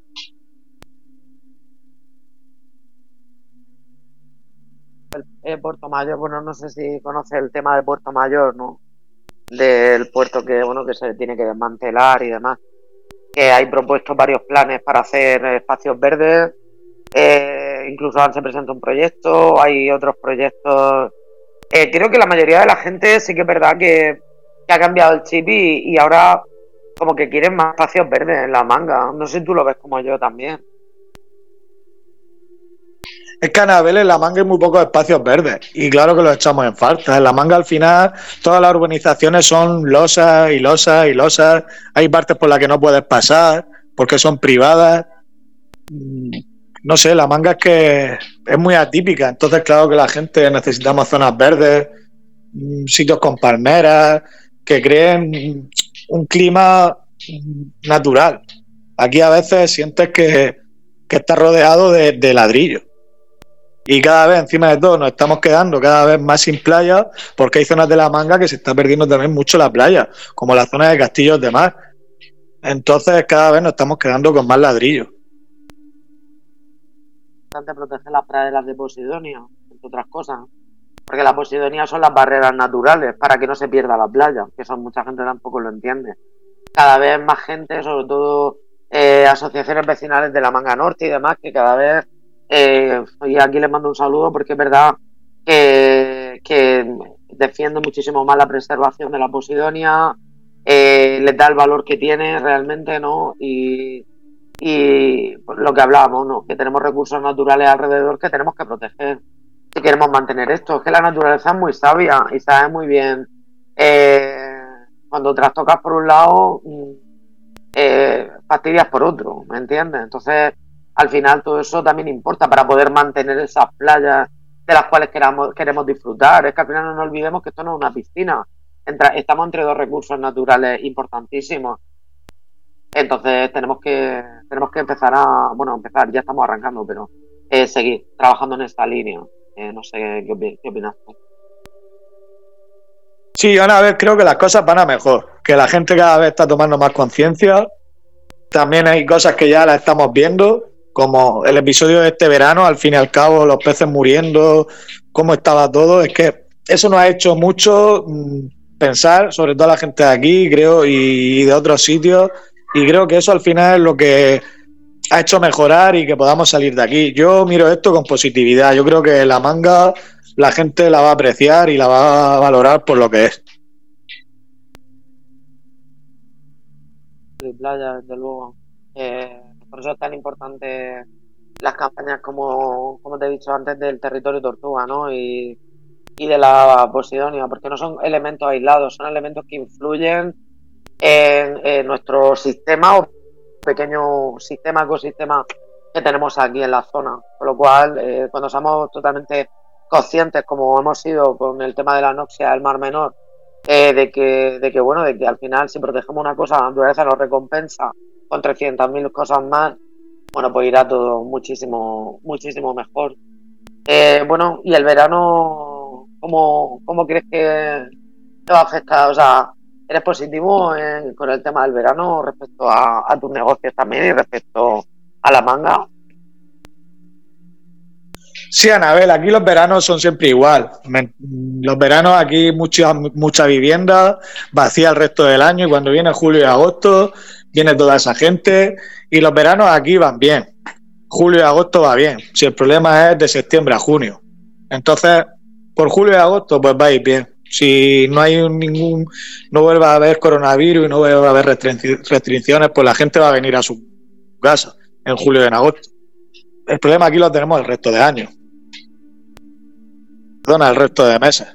El, Puerto Mayor, bueno, no sé si conoces el tema de Puerto Mayor, ¿no? Del puerto que, bueno, que se tiene que desmantelar y demás. Que hay propuestos varios planes para hacer espacios verdes. Eh, incluso se presenta un proyecto, hay otros proyectos. Eh, creo que la mayoría de la gente sí que es verdad que, que ha cambiado el chip y, y ahora como que quieren más espacios verdes en La Manga. No sé si tú lo ves como yo también. Es que a Anabel en La Manga hay muy pocos espacios verdes y claro que los echamos en falta. En La Manga al final todas las urbanizaciones son losas y losas y losas. Hay partes por las que no puedes pasar porque son privadas. No sé, La Manga es que es muy atípica. Entonces claro que la gente necesitamos zonas verdes, sitios con palmeras, que creen un clima natural. Aquí a veces sientes que, que estás rodeado de, de ladrillos. Y cada vez, encima de todo, nos estamos quedando cada vez más sin playa porque hay zonas de La Manga que se está perdiendo también mucho la playa, como la zona de Castillos de Mar. Entonces, cada vez nos estamos quedando con más ladrillos. Es importante proteger las praderas de Posidonia, entre otras cosas, porque las Posidonia son las barreras naturales para que no se pierda la playa, que eso mucha gente tampoco lo entiende. Cada vez más gente, sobre todo eh, asociaciones vecinales de La Manga Norte y demás, que cada vez... Eh, y aquí les mando un saludo porque es verdad que, que defiende muchísimo más la preservación de la Posidonia, eh, les da el valor que tiene realmente, ¿no? Y, y lo que hablábamos, ¿no? Que tenemos recursos naturales alrededor que tenemos que proteger si queremos mantener esto. Es que la naturaleza es muy sabia y sabe muy bien eh, cuando trastocas por un lado, eh, fastidias por otro, ¿me entiendes? Entonces al final todo eso también importa para poder mantener esas playas de las cuales queramos, queremos disfrutar. Es que al final no nos olvidemos que esto no es una piscina. Entra, estamos entre dos recursos naturales importantísimos. Entonces tenemos que tenemos que empezar a... Bueno, empezar, ya estamos arrancando, pero eh, seguir trabajando en esta línea. Eh, no sé qué, qué opinas tú. Sí, Ana, a ver, creo que las cosas van a mejor. Que la gente cada vez está tomando más conciencia. También hay cosas que ya las estamos viendo, como el episodio de este verano, al fin y al cabo, los peces muriendo, cómo estaba todo. Es que eso nos ha hecho mucho mmm, pensar, sobre todo la gente de aquí, creo, y de otros sitios, y creo que eso al final es lo que ha hecho mejorar y que podamos salir de aquí. Yo miro esto con positividad. Yo creo que La Manga la gente la va a apreciar y la va a valorar por lo que es. De playa, desde luego. Eh, por eso es tan importante las campañas, como, como te he dicho antes, del territorio tortuga, ¿no? Y, y de la Posidonia, porque no son elementos aislados, son elementos que influyen en, en nuestro sistema o pequeño sistema, ecosistema que tenemos aquí en la zona. Con lo cual, eh, cuando somos totalmente conscientes, como hemos sido con el tema de la anoxia del Mar Menor, Eh, de que de que bueno de que al final si protegemos una cosa la naturaleza nos recompensa con trescientas mil cosas más, bueno, pues irá todo muchísimo muchísimo mejor. Eh, bueno, y el verano, ¿cómo, cómo crees que te va a afectar? O sea, ¿eres positivo en, con el tema del verano respecto a, a tus negocios también y respecto a La Manga? Sí, Anabel, aquí los veranos son siempre igual. Los veranos aquí mucha, mucha vivienda, vacía el resto del año, y cuando viene julio y agosto viene toda esa gente y los veranos aquí van bien. Julio y agosto va bien. Si el problema es de septiembre a junio. Entonces, por julio y agosto pues va a ir bien. Si no hay ningún, no vuelva a haber coronavirus y no vuelva a haber restricciones, pues la gente va a venir a su casa en julio y en agosto. El problema aquí lo tenemos el resto de años. Perdona, el resto de meses.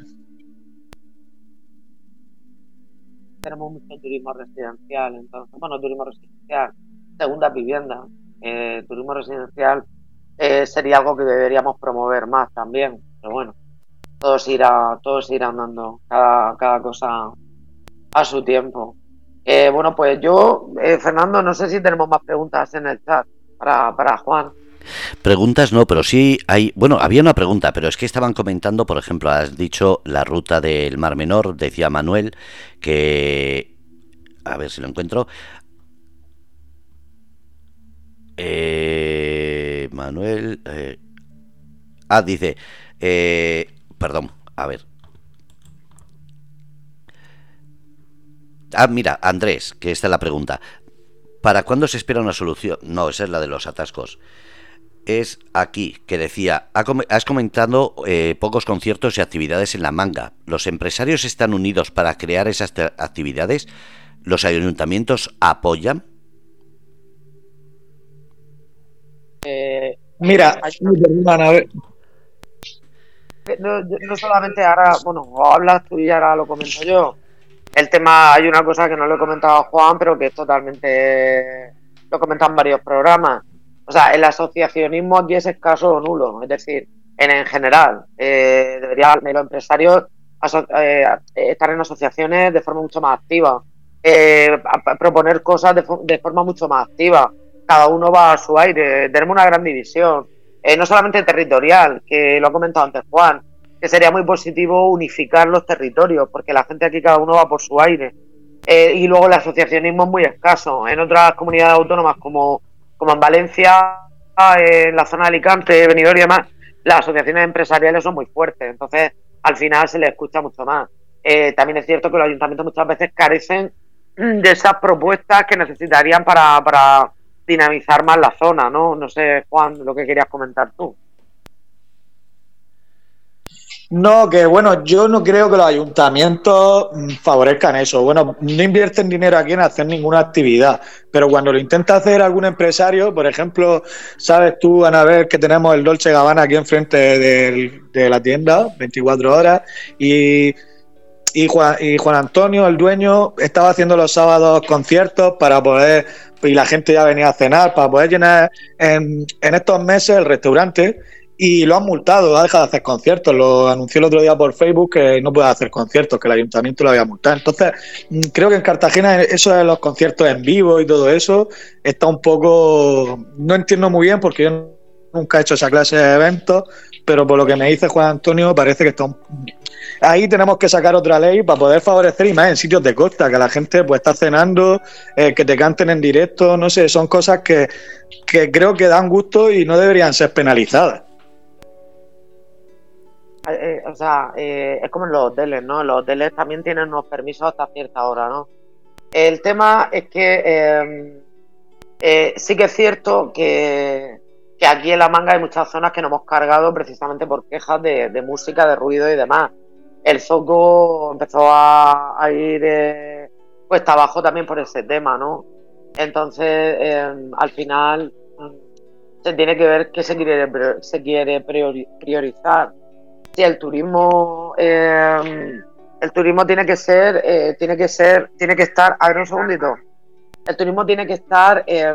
Tenemos mucho turismo residencial, entonces, bueno, turismo residencial, segundas viviendas, eh, turismo residencial eh, sería algo que deberíamos promover más también, pero bueno, todos irá, todos irán dando cada, cada cosa a su tiempo. Eh, bueno, pues yo, eh, Fernando, no sé si tenemos más preguntas en el chat para, para Juan. Preguntas no, pero sí hay... Bueno, había una pregunta, pero es que estaban comentando, por ejemplo, has dicho la ruta del Mar Menor, decía Manuel, que... A ver si lo encuentro. Eh, Manuel... Eh, ah, dice... Eh, perdón, a ver. Ah, mira, Andrés, que esta es la pregunta. ¿Para cuándo se espera una solución? No, esa es la de los atascos. Es aquí, que decía, has comentado eh, pocos conciertos y actividades en La Manga. ¿Los empresarios están unidos para crear esas actividades? ¿Los ayuntamientos apoyan? Eh, Mira, perdona, no, no solamente ahora, bueno, hablas tú y ahora lo comento yo. El tema, hay una cosa que no lo he comentado a Juan, pero que es totalmente, lo he comentado en varios programas. O sea, el asociacionismo aquí es escaso o nulo, es decir, en, en general, eh, deberían los empresarios aso- eh, estar en asociaciones de forma mucho más activa, eh, a- a proponer cosas de, fo- de forma mucho más activa. Cada uno va a su aire, tenemos una gran división, eh, no solamente territorial, que lo ha comentado antes Juan, que sería muy positivo unificar los territorios, porque la gente aquí cada uno va por su aire. Eh, y luego el asociacionismo es muy escaso. En otras comunidades autónomas como, como en Valencia, en la zona de Alicante, Benidorm y demás, las asociaciones empresariales son muy fuertes, entonces al final se les escucha mucho más. Eh, también es cierto que los ayuntamientos muchas veces carecen de esas propuestas que necesitarían para, para dinamizar más la zona, ¿no? No sé, Juan, lo que querías comentar tú. No, que bueno, yo no creo que los ayuntamientos mm, favorezcan eso. Bueno, no invierten dinero aquí en hacer ninguna actividad, pero cuando lo intenta hacer algún empresario, por ejemplo, sabes tú, Anabel, que tenemos el Dolce Gabbana aquí enfrente del- de la tienda, veinticuatro horas, y, y, Juan, y Juan Antonio, el dueño, estaba haciendo los sábados conciertos para poder, y la gente ya venía a cenar, para poder llenar en, en estos meses el restaurante. Y lo han multado, ha dejado de hacer conciertos. Lo anunció el otro día por Facebook que no puede hacer conciertos, que el ayuntamiento lo había multado. Entonces, mm, creo que en Cartagena eso de los conciertos en vivo y todo eso está un poco... No entiendo muy bien porque yo nunca he hecho esa clase de eventos, pero por lo que me dice Juan Antonio parece que está un... Ahí tenemos que sacar otra ley para poder favorecer, y más en sitios de costa, que la gente pues está cenando, eh, que te canten en directo, no sé, son cosas que, que creo que dan gusto y no deberían ser penalizadas. Eh, o sea, eh, es como en los hoteles, ¿no? Los hoteles también tienen unos permisos hasta cierta hora, ¿no? El tema es que eh, eh, sí que es cierto que, que aquí en La Manga hay muchas zonas que nos hemos cargado precisamente por quejas de, de música, de ruido y demás. El Zoco empezó a, a ir eh, cuesta abajo también por ese tema, ¿no? Entonces, eh, al final, mm, se tiene que ver qué se quiere, se quiere priori- priorizar. Sí, el turismo, eh, el turismo tiene que ser, eh, tiene que ser, tiene que estar, a ver un segundito, el turismo tiene que estar eh,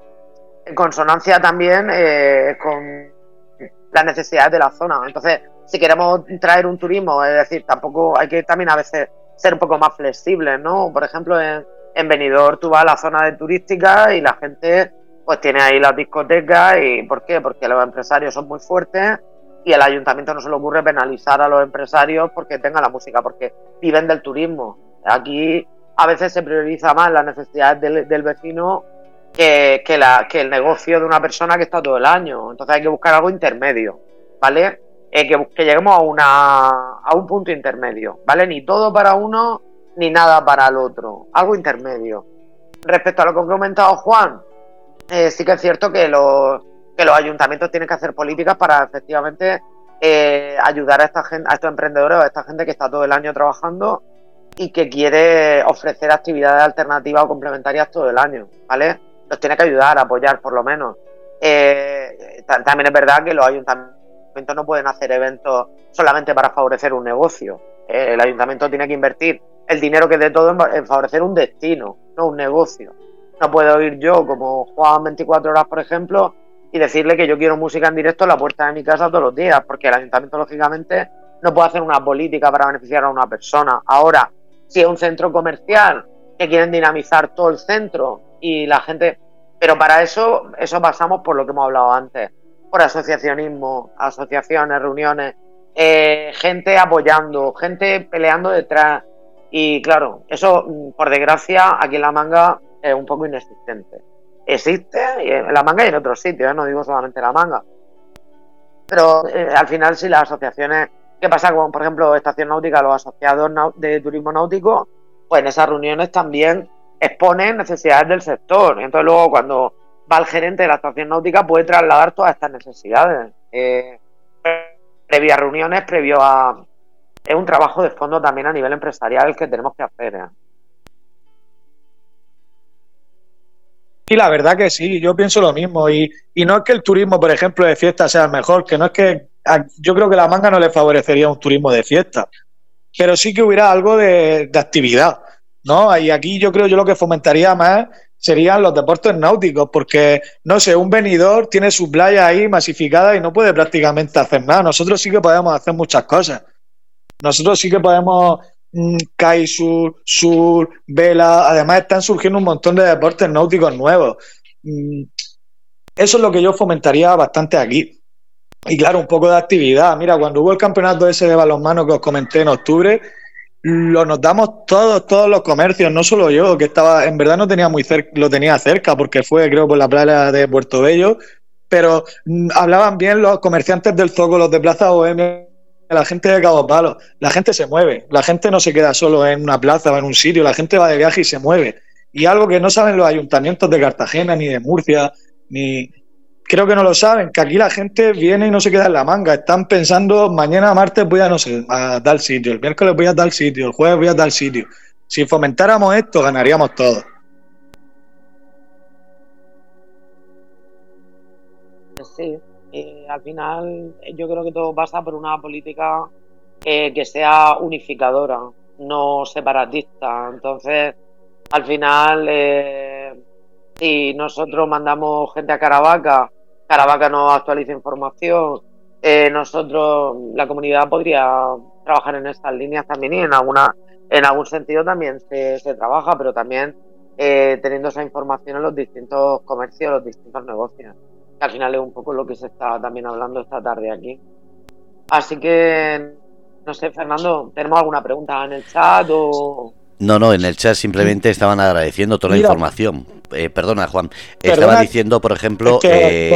en consonancia también eh, con las necesidades de la zona. Entonces, si queremos traer un turismo, es decir, tampoco hay que también a veces ser un poco más flexibles, ¿no? Por ejemplo, en, en Benidorm tú vas a la zona de turística y la gente pues tiene ahí las discotecas. ¿Y por qué? Porque los empresarios son muy fuertes y el ayuntamiento no se le ocurre penalizar a los empresarios porque tengan la música, porque viven del turismo. Aquí a veces se prioriza más las necesidades del, del vecino que, que, la, que el negocio de una persona que está todo el año. Entonces hay que buscar algo intermedio, ¿vale? Eh, que, que lleguemos a, una, a un punto intermedio, ¿vale? Ni todo para uno, ni nada para el otro. Algo intermedio. Respecto a lo que ha comentado Juan, eh, sí que es cierto que los, que los ayuntamientos tienen que hacer políticas para efectivamente eh, ayudar a esta gente, a estos emprendedores o a esta gente que está todo el año trabajando y que quiere ofrecer actividades alternativas o complementarias todo el año, ¿vale? Los tiene que ayudar, apoyar por lo menos. Eh, t- también es verdad que los ayuntamientos no pueden hacer eventos solamente para favorecer un negocio. Eh, el ayuntamiento tiene que invertir el dinero que es de todo en, en favorecer un destino, no un negocio. No puedo ir yo como Juan veinticuatro horas, por ejemplo, y decirle que yo quiero música en directo en la puerta de mi casa todos los días, porque el ayuntamiento, lógicamente, no puede hacer una política para beneficiar a una persona. Ahora, si es un centro comercial que quieren dinamizar todo el centro y la gente... Pero para eso, eso pasamos por lo que hemos hablado antes, por asociacionismo, asociaciones, reuniones, eh, gente apoyando, gente peleando detrás. Y claro, eso, por desgracia, aquí en La Manga es un poco inexistente. Existe en La Manga y en otros sitios, ¿eh? No digo solamente La Manga. Pero eh, al final, si las asociaciones, ¿qué pasa con, por ejemplo, Estación Náutica, los asociados de turismo náutico? Pues en esas reuniones también exponen necesidades del sector. Y entonces luego cuando va el gerente de la estación náutica puede trasladar todas estas necesidades. Eh, previa reuniones, previo a... Es un trabajo de fondo también a nivel empresarial el que tenemos que hacer, ¿eh? Y la verdad que sí, yo pienso lo mismo. Y, y no es que el turismo, por ejemplo, de fiesta sea el mejor, que no es que yo creo que La Manga no le favorecería un turismo de fiesta, pero sí que hubiera algo de, de actividad, ¿no? Y aquí yo creo yo lo que fomentaría más serían los deportes náuticos, porque, no sé, un Benidorm tiene su playa ahí masificada y no puede prácticamente hacer nada. Nosotros sí que podemos hacer muchas cosas. Nosotros sí que podemos mmm, kitesurf, surf, vela. Además están surgiendo un montón de deportes náuticos nuevos. Mm, eso es lo que yo fomentaría bastante aquí. Y claro, un poco de actividad. Mira, cuando hubo el campeonato ese de balonmano que os comenté en octubre, lo notamos todos, todos los comercios, no solo yo, que estaba, en verdad no tenía muy cerca, lo tenía cerca, porque fue, creo, por la playa de Puerto Bello, pero mmm, hablaban bien los comerciantes del Zoco, los de Plaza Bohemia, la gente de Cabo Palo. La gente se mueve, la gente no se queda solo en una plaza o en un sitio, la gente va de viaje y se mueve. Y algo que no saben los ayuntamientos de Cartagena, ni de Murcia, ni... Creo que no lo saben, que aquí la gente viene y no se queda en La Manga. Están pensando, mañana martes voy a, no sé, a tal sitio, el miércoles voy a tal sitio, el jueves voy a tal sitio. Si fomentáramos esto, ganaríamos todos. Sí, eh, al final yo creo que todo pasa por una política eh, que sea unificadora, no separatista. Entonces, al final, eh, si nosotros mandamos gente a Caravaca, Caravaca nos actualiza información, eh, nosotros, la comunidad podría trabajar en estas líneas también y en alguna, en algún sentido también se, se trabaja, pero también eh, teniendo esa información en los distintos comercios, los distintos negocios, que al final es un poco lo que se está también hablando esta tarde aquí. Así que, no sé, Fernando, ¿tenemos alguna pregunta en el chat o...? No, no, en el chat simplemente estaban agradeciendo toda la Mira, información. Eh, perdona, Juan. perdona, Estaba diciendo, por ejemplo... es que, Eh,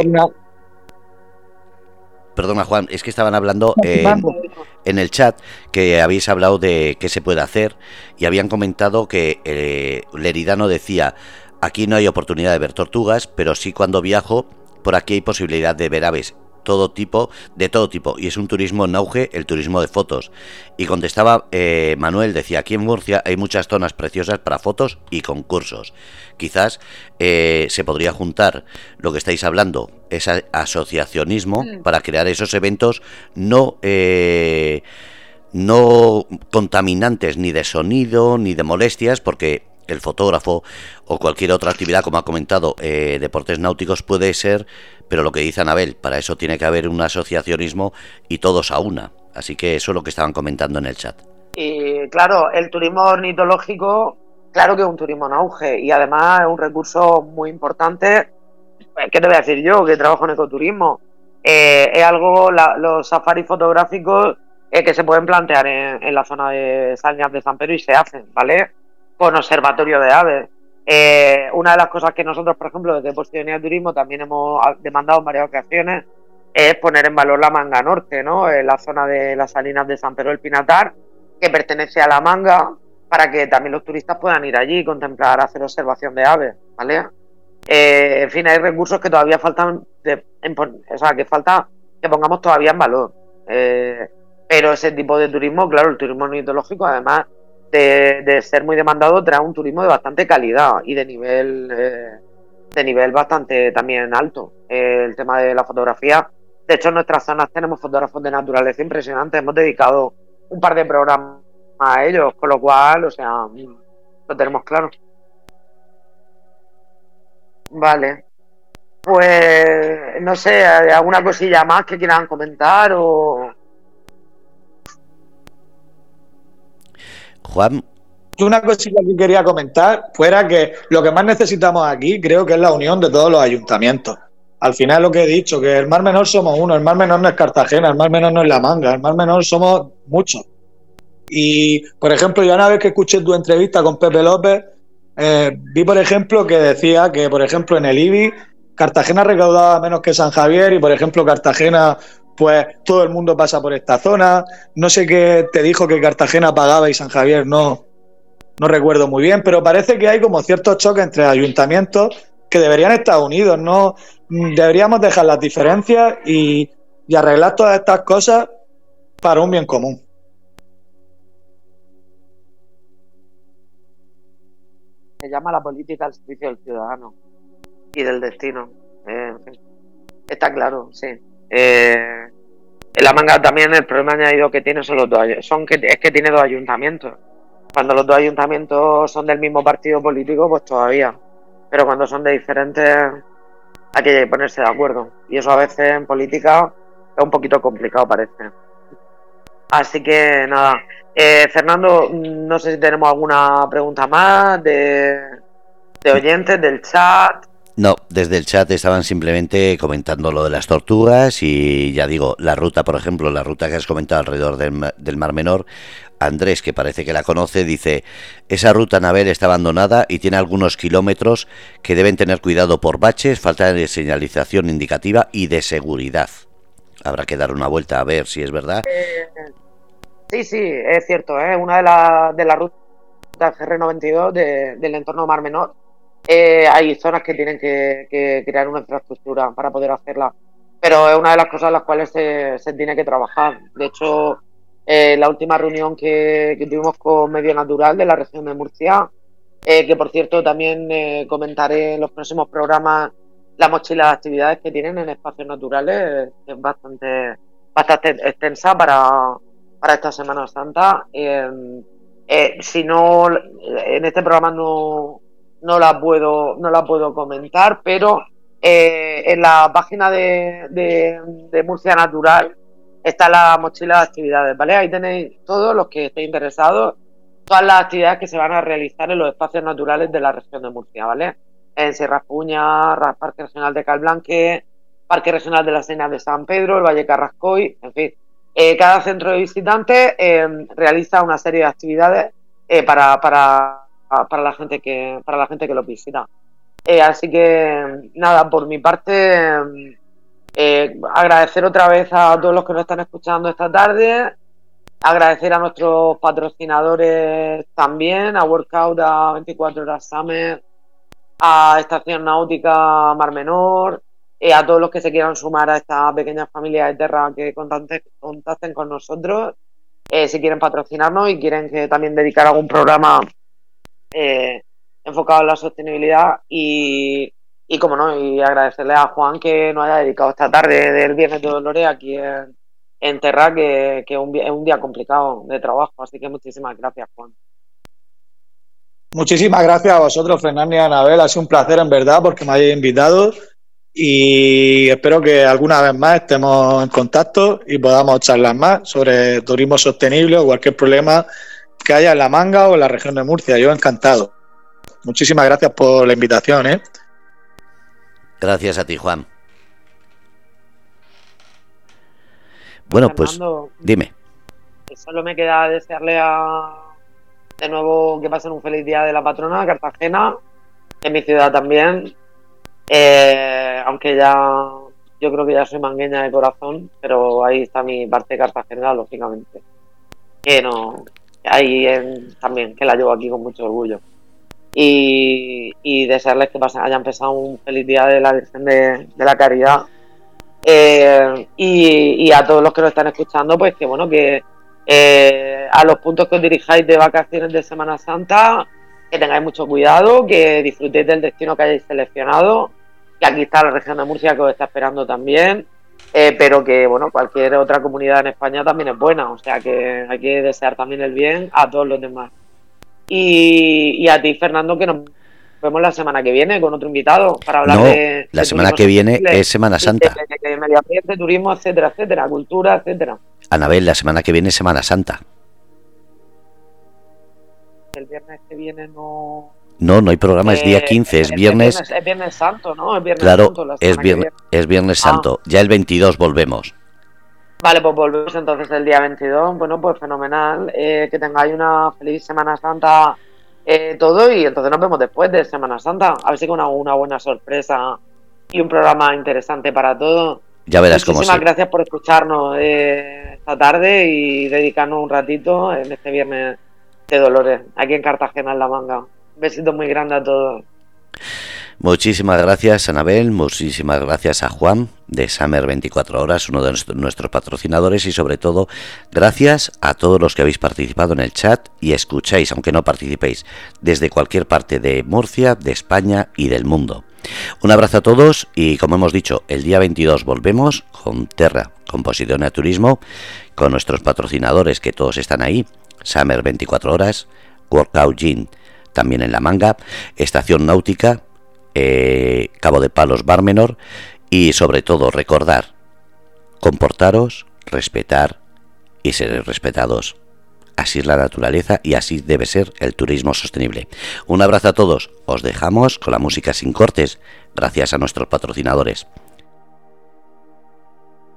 perdona, Juan, es que estaban hablando eh, en el chat que habéis hablado de qué se puede hacer y habían comentado que eh, Leridano decía, aquí no hay oportunidad de ver tortugas, pero sí cuando viajo, por aquí hay posibilidad de ver aves. Todo tipo, de todo tipo, y es un turismo en auge, el turismo de fotos. Y contestaba eh, Manuel, decía, aquí en Murcia hay muchas zonas preciosas para fotos y concursos. Quizás eh, se podría juntar lo que estáis hablando, ese asociacionismo, mm. para crear esos eventos no... Eh, no contaminantes ni de sonido ni de molestias, porque el fotógrafo o cualquier otra actividad, como ha comentado, eh, deportes náuticos puede ser, pero lo que dice Anabel, para eso tiene que haber un asociacionismo y todos a una. Así que eso es lo que estaban comentando en el chat. Y claro, el turismo ornitológico, claro que es un turismo en auge y además es un recurso muy importante. ¿Qué te voy a decir yo, que trabajo en ecoturismo? Eh, es algo, la, los safaris fotográficos eh, que se pueden plantear en, en la zona de Salinas de San Pedro y se hacen, ¿vale? Con observatorio de aves. Eh, una de las cosas que nosotros, por ejemplo, desde Posidonia de Turismo también hemos demandado en varias ocasiones es poner en valor la Manga Norte, ¿no? En la zona de las Salinas de San Pedro del Pinatar, que pertenece a la Manga, para que también los turistas puedan ir allí y contemplar, hacer observación de aves, ¿vale? Eh, en fin, hay recursos que todavía faltan, de, en, o sea, que falta que pongamos todavía en valor. Eh, pero ese tipo de turismo, claro, el turismo ornitológico, además de, de ser muy demandado, trae un turismo de bastante calidad y de nivel eh, de nivel bastante también alto. Eh, el tema de la fotografía. De hecho, en nuestras zonas tenemos fotógrafos de naturaleza impresionantes. Hemos dedicado un par de programas a ellos, con lo cual, o sea, lo tenemos claro. Vale. Pues, no sé, ¿alguna cosilla más que quieran comentar o...? Juan. Una cosilla que quería comentar fuera que lo que más necesitamos aquí creo que es la unión de todos los ayuntamientos. Al final lo que he dicho, que el Mar Menor somos uno, el Mar Menor no es Cartagena, el Mar Menor no es La Manga, el Mar Menor somos muchos. Y, por ejemplo, yo una vez que escuché tu entrevista con Pepe López, eh, vi, por ejemplo, que decía que, por ejemplo, en el I B I, Cartagena recaudaba menos que San Javier y, por ejemplo, Cartagena, pues todo el mundo pasa por esta zona. No sé qué te dijo que Cartagena pagaba y San Javier no, no recuerdo muy bien, pero parece que hay como ciertos choques entre ayuntamientos que deberían estar unidos, ¿no? Deberíamos dejar las diferencias y, y arreglar todas estas cosas para un bien común. Se llama la política al servicio del ciudadano y del destino. Eh, está claro, sí. Eh, el La Manga también el problema añadido que tiene son los dos, son que es que tiene dos ayuntamientos. Cuando los dos ayuntamientos son del mismo partido político, pues todavía. Pero cuando son de diferentes, hay que ponerse de acuerdo. Y eso a veces en política es un poquito complicado, parece. Así que nada. Eh, Fernando, no sé si tenemos alguna pregunta más de, de oyentes, del chat. No, desde el chat estaban simplemente comentando lo de las tortugas y ya digo, la ruta, por ejemplo, la ruta que has comentado alrededor del, del Mar Menor, Andrés, que parece que la conoce, dice, esa ruta naval está abandonada y tiene algunos kilómetros que deben tener cuidado por baches, falta de señalización indicativa y de seguridad. Habrá que dar una vuelta a ver si es verdad. Eh, sí, sí, es cierto, es ¿eh? Una de las de la ruta G R noventa y dos de, del entorno Mar Menor. Eh, hay zonas que tienen que, que crear una infraestructura para poder hacerla, pero es una de las cosas en las cuales se, se tiene que trabajar. De hecho, eh, la última reunión que, que tuvimos con Medio Natural de la región de Murcia, eh, que por cierto también eh, comentaré en los próximos programas la mochila de actividades que tienen en espacios naturales, que es bastante, bastante extensa para, para esta Semana Santa. Eh, eh, si no, en este programa no no la puedo no la puedo comentar, pero eh, en la página de, de, de Murcia Natural está la mochila de actividades, ¿vale? Ahí tenéis todos los que estéis interesados, todas las actividades que se van a realizar en los espacios naturales de la región de Murcia, ¿vale? En Sierra Puña, Parque Regional de Calblanque, Parque Regional de las Senas de San Pedro, el Valle Carrascoy, en fin. Eh, cada centro de visitantes eh, realiza una serie de actividades eh, para... para para la gente que para la gente que lo visita. Eh, así que nada, por mi parte eh, agradecer otra vez a todos los que nos están escuchando esta tarde, agradecer a nuestros patrocinadores también, a Workout, a veinticuatro horas Summer, a Estación Náutica Mar Menor, eh, a todos los que se quieran sumar a esta pequeña familia de Terra, que contacten, contacten con nosotros eh, si quieren patrocinarnos y quieren que también dedicar algún programa Eh, enfocado en la sostenibilidad y, y como no, y agradecerle a Juan que nos haya dedicado esta tarde del Viernes de Dolores aquí en, en Terra, que, que un, es un día complicado de trabajo, así que muchísimas gracias, Juan. Muchísimas gracias a vosotros, Fernando y Anabel, ha sido un placer en verdad porque me hayáis invitado y espero que alguna vez más estemos en contacto y podamos charlar más sobre turismo sostenible o cualquier problema que haya en La Manga o en la región de Murcia. Yo encantado. Muchísimas gracias por la invitación, ¿eh? Gracias a ti, Juan. Bueno, Fernando, pues dime. Solo me queda desearle a de nuevo que pasen un feliz día de la patrona, Cartagena, en mi ciudad también. Eh, aunque ya yo creo que ya soy mangueña de corazón, pero ahí está mi parte cartagenera, lógicamente. Que no... ahí en, también, que la llevo aquí con mucho orgullo. Y, y desearles que pasen, hayan pasado un feliz día de la Virgen de, de la Caridad. Eh, y, y a todos los que nos están escuchando, pues que bueno, que eh, a los puntos que os dirijáis de vacaciones de Semana Santa, que tengáis mucho cuidado, que disfrutéis del destino que hayáis seleccionado, que aquí está la región de Murcia que os está esperando también. Eh, pero que bueno, cualquier otra comunidad en España también es buena, o sea que hay que desear también el bien a todos los demás. Y, y a ti, Fernando, que nos vemos la semana que viene con otro invitado para hablar no, de la de semana que viene es Semana Santa. De, de, de medio ambiente, turismo, etcétera, etcétera, cultura, etcétera. Anabel, la semana que viene es Semana Santa. El viernes que viene no... No, no hay programa, es día quince, es, es viernes... viernes... Es viernes santo, ¿no? Es viernes claro, santo, la es viernes, es viernes santo. Ah. Ya el veintidós volvemos. Vale, pues volvemos entonces el día veintidós. Bueno, pues fenomenal. Eh, que tengáis una feliz Semana Santa eh, todo y entonces nos vemos después de Semana Santa. A ver si con una, una buena sorpresa y un programa interesante para todos. Ya verás cómo sí. Muchísimas gracias por escucharnos eh, esta tarde y dedicarnos un ratito en este Viernes de Dolores, aquí en Cartagena, en La Manga. Un besito muy grande a todos. Muchísimas gracias, Anabel, muchísimas gracias a Juan de Summer veinticuatro horas, uno de nuestros patrocinadores, y sobre todo gracias a todos los que habéis participado en el chat y escucháis, aunque no participéis, desde cualquier parte de Murcia, de España y del mundo. Un abrazo a todos y, como hemos dicho, el día veintidós volvemos con Terra, con Posidonia Turismo, con nuestros patrocinadores que todos están ahí, Summer veinticuatro horas, Workout Gym también en La Manga, Estación Náutica, eh, Cabo de Palos Bar Menor, y sobre todo recordar, comportaros, respetar y ser respetados. Así es la naturaleza y así debe ser el turismo sostenible. Un abrazo a todos, os dejamos con la música sin cortes, gracias a nuestros patrocinadores.